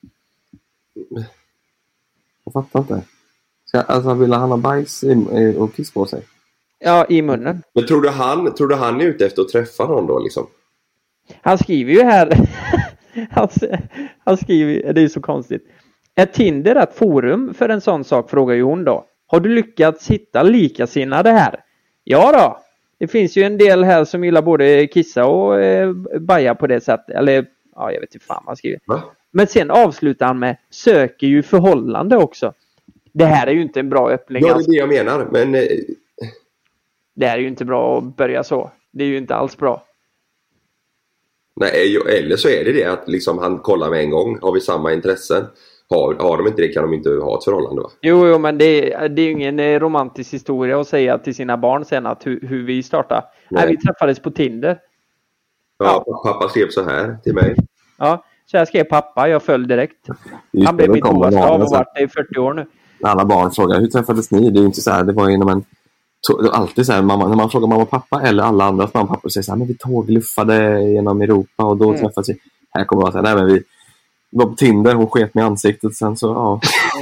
Jag fattar inte. Alltså vill han ha bajs och kiss på sig? Ja, i munnen. Men tror du han är ute efter att träffa någon då liksom? Han skriver ju här. han skriver, det är så konstigt. Är Tinder ett forum för en sån sak, frågar ju hon då. Har du lyckats hitta likasinnade här? Ja då. Det finns ju en del här som gillar både kissa och baja på det sättet. Eller, ja jag vet inte fan vad han skriver. Va? Men sen avslutar han med söker ju förhållande också. Det här är ju inte en bra öppning. Ja, det är det jag menar. Men det här är ju inte bra att börja så. Det är ju inte alls bra. Nej, eller så är det att liksom han kollar med en gång. Har vi samma intressen? Har de inte det kan de inte ha ett förhållande va? Jo men det är ju ingen romantisk historia att säga till sina barn sen att hur vi startar. Nej, vi träffades på Tinder. Ja, pappa skrev så här till mig. Ja, så jag skrev pappa, jag föll direkt. Han blev mitt toaslav och varit det i 40 år nu. Alla barn frågar, hur träffades ni? Det är ju inte så här, det var ju när man alltid så här, när man frågar mamma och pappa eller alla andra mamma och pappa säger så här, men vi tågluffade genom Europa och då träffades vi. Här kommer jag säga, nej men vi var på Tinder, hon sket mig i ansiktet sen så, ja.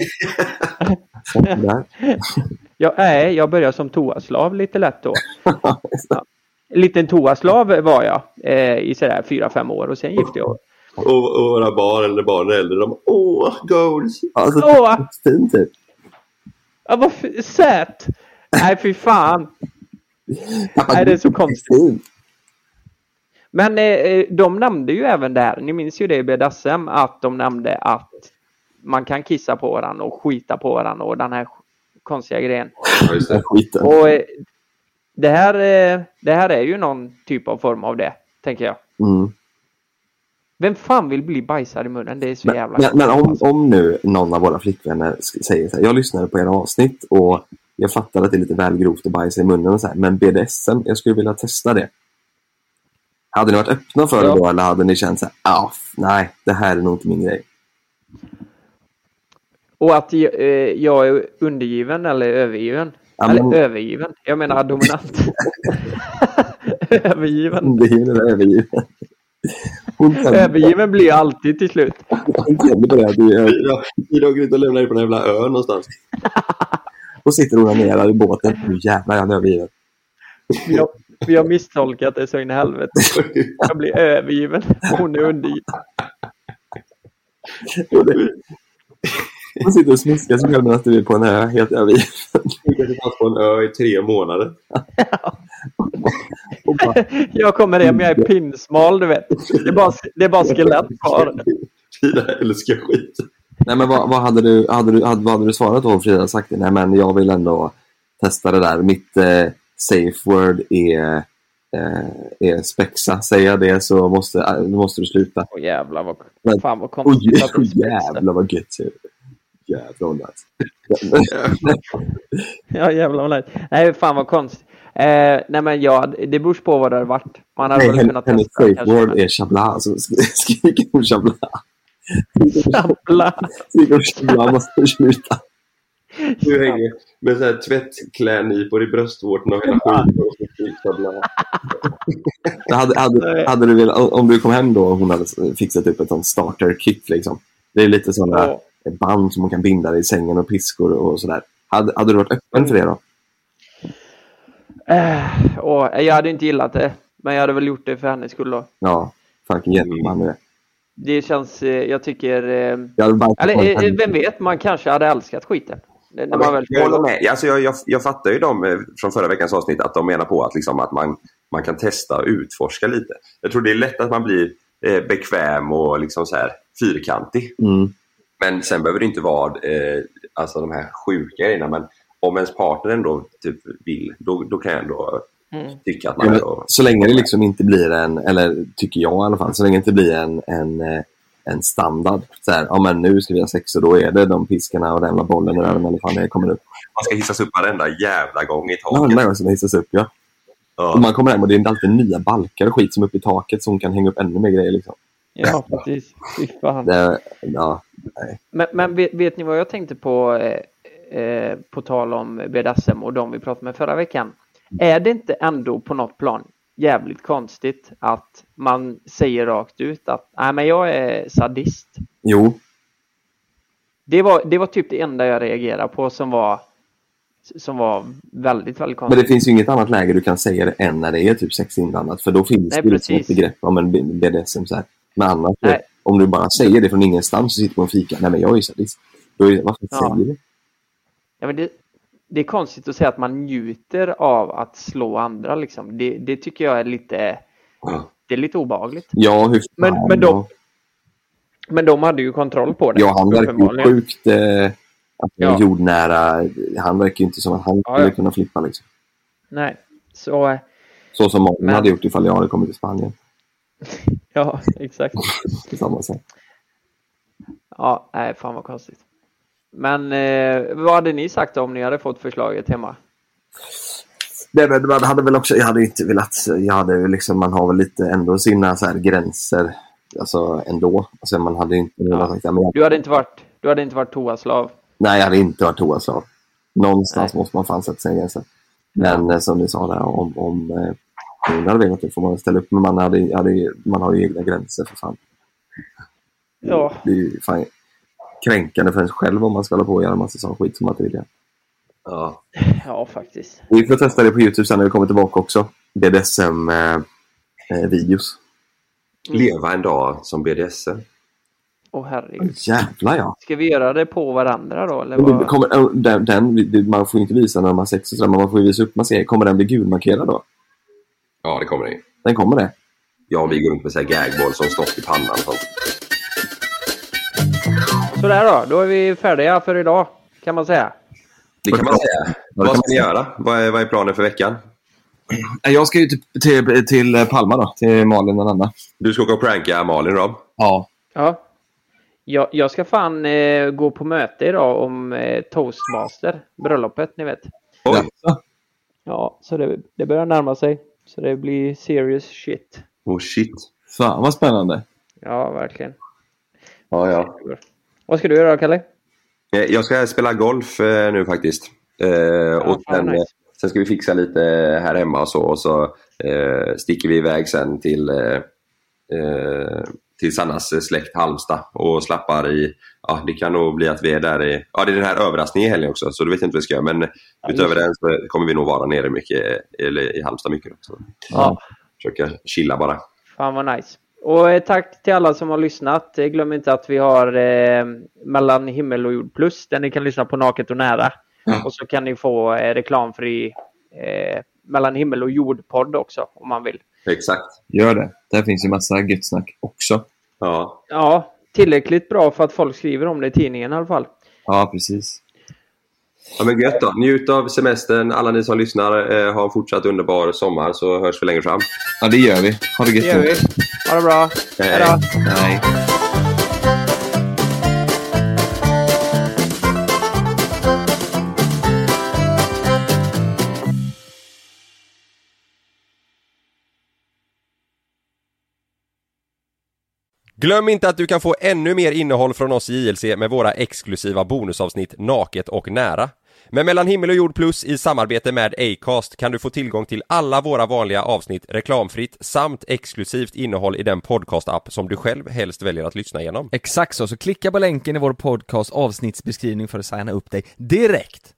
Sen där. Jag började som toaslav lite lätt då. Ja. Liten toaslav var jag i sådär 4-5 år och sen gifte jag. Och våra barn äldre, de goals. Alltså, fint typ. Ja, vad sött. Nej, fy fan. Nej, det är så konstigt. Men de nämnde ju även där, ni minns ju det i BDSM, att de nämnde att man kan kissa på varandra och skita på varandra och den här konstiga grejen. Och det här är ju någon typ av form av det, tänker jag. Mm. Vem fan vill bli bajsad i munnen? Det är så jävla... Men om nu någon av våra flickvänner säger så här, jag lyssnade på era avsnitt och jag fattar att det är lite väl grovt att bajsa i munnen och så här, men BDSM, jag skulle vilja testa det. Hade ni varit öppna för det då eller hade ni känt så här, nej, det här är nog inte min grej? Och att jag är undergiven eller övergiven? Ja, eller övergiven? Jag menar dominant. Övergiven. Undergiven eller övergiven? Övergiven blir alltid till slut. Idag går ut och lämnar dig på den jävla ön någonstans. Och sitter hon ner i båten. Nu jävlar, jag är övergiven. Vi har misstolkat det så in i helvete. Jag blir övergiven. Hon är undergiven. Man sitter och smiskar sig själv medan du är på en ö helt övergiven. Du kan sitta på en ö i 3 månader. Jag kommer hem, jag är pinsmal, du vet. Det är bara skelett kvar. Frida älskar skit. Nej, men vad hade du svarat då om Frida hade sagt det? Nej, men jag vill ändå testa det där. Mitt safe word är spexa. Säger jag det så måste du sluta. Åh jävlar vad fan vad konstigt. Jävlar vad gött. Jävlar vad nice. Ja jävlar vad nice. Nej fan vad konstigt. Nej men ja, det beror på vad det har varit. Man hade väl kunnat hennes testa. skateboard är Chabla. Alltså, skriker hon Chabla. Chabla. Skriker hon Chabla, måste sluta. Du hänger med så här tvättklädnypor i bröstvårtorna och hela skiten och Chabla. hade du velat, om du kom hem då och hon hade fixat upp ett sånt starter-kit liksom. Det är lite sådana band som man kan binda i sängen och piskor och sådär. Hade du varit öppen för det då? Jag hade inte gillat det. Men jag hade väl gjort det för hennes skull då. Ja, fucking jätteman nu. Det känns, jag tycker... eller vem vet, man kanske hade älskat skiten. När man väl jag håller med. Alltså, jag fattar ju dem från förra veckans avsnitt att de menar på att, liksom, att man kan testa och utforska lite. Jag tror det är lätt att man blir bekväm och liksom så här fyrkantig. Men sen behöver det inte vara alltså de här sjuka grejerna. Men om ens partner ändå typ vill, då kan jag ändå tycka att man... Så länge det liksom inte blir eller tycker jag i alla fall, så länge det inte blir en standard. Så här, ja men nu ska vi ha sex och då är det de piskarna och den jävla bollen eller fan det kommer upp. Man ska hissas upp varenda jävla gång i taket. Varenda gång som hissas upp, ja. Och man kommer hem och det är inte alltid nya balkar och skit som upp i taket som kan hänga upp ännu mer grejer liksom. Ja, precis. Fy fan. Nej. Men vet ni vad jag tänkte på tal om BDSM och de vi pratade med förra veckan? Är det inte ändå på något plan jävligt konstigt att man säger rakt ut att nej men jag är sadist? Jo. Det var typ det enda jag reagerade på som var väldigt, väldigt konstigt. Men det finns ju inget annat läge du kan säga det än när det är typ sex inblandat. För då finns det liksom ett begrepp om en BDSM så här. Men annars, om du bara säger det från ingenstans så sitter på en fika. Nej men jag är ju sadist. Varför säger du? Ja men det är konstigt att säga att man njuter av att slå andra liksom. Det tycker jag är lite det är lite obehagligt. Ja, hur fan, men de hade ju kontroll på det. Ja, han verkar ju sjukt jordnära. Han verkar ju inte som att han skulle kunna flippa liksom. Nej, så som många hade gjort ifall jag hade kommit till Spanien. Ja, exakt. På samma sätt. Ja, nej, fan vad konstigt. Men vad hade ni sagt om ni hade fått förslaget hemma? Man hade väl också, jag hade inte velat, liksom, man har väl lite ändå sina så här gränser, alltså ändå. Alltså man hade inte sagt, men du hade inte varit toaslav. Nej, jag hade inte varit toaslav. Någonstans måste man fan sätta sig gränser. Men som ni sa där, om hon hade velat det får man ställa upp, men man har ju egna gränser för fan. Ja. Det är ju fan kränkande för en själv om man ska hålla på och göra en massa sån skit som man inte vill göra. Ja, faktiskt. Vi får testa det på YouTube sen när vi kommer tillbaka också. BDSM-videos. Leva en dag som BDSM. Herregud. Jävlar ja. Ska vi göra det på varandra då? Eller man får inte visa när man har sex och sådär, men man får visa upp man ser. Kommer den bli gulmarkerad då? Ja, det kommer det. Den kommer det? Ja, vi går runt med så här gagball som stopp i pannan och sånt. Sådär då är vi färdiga för idag, kan man säga. Det kan man säga. Vad ska ni göra? Vad är planen för veckan? Jag ska ju till Palma då, till Malin och Anna. Du ska åka och pranka Malin, Rob? Ja. Jag ska fan gå på möte idag om Toastmaster, bröllopet, ni vet. Oj. Ja, så det börjar närma sig. Så det blir serious shit. Oh shit. Fan, vad spännande. Ja, verkligen. Ja. Vad ska du göra, Kalle? Jag ska spela golf nu faktiskt. Och sen ska vi fixa lite här hemma och så sticker vi iväg sen till Sannas släkt Halmstad och slappar i, det kan nog bli att vi är där i, det är den här överraskningen i helgen också, så du vet inte vad vi ska göra, men utöver den så kommer vi nog vara nere mycket, eller i Halmstad mycket också. Försöka chilla bara. Fan vad nice. Och tack till alla som har lyssnat. Glöm inte att vi har Mellan himmel och jord plus, där ni kan lyssna på Naket och nära. Och så kan ni få reklamfri Mellan himmel och jord-podd också, om man vill. Exakt. Gör det. Där finns ju massa gött snack också. Ja, tillräckligt bra för att folk skriver om det i tidningen i alla fall. Ja, precis. Ja, men gött då. Njut av semestern. Alla ni som lyssnar, ha en fortsatt underbar sommar, så hörs vi längre fram. Ja, det gör vi. Ha det gött. Det gör vi. Ha det bra. Hej då. Hej. Glöm inte att du kan få ännu mer innehåll från oss i JLC med våra exklusiva bonusavsnitt Naket och Nära. Med Mellan himmel och jord plus i samarbete med Acast kan du få tillgång till alla våra vanliga avsnitt reklamfritt samt exklusivt innehåll i den podcast-app som du själv helst väljer att lyssna igenom. Exakt så klicka på länken i vår podcast avsnittsbeskrivning för att signa upp dig direkt.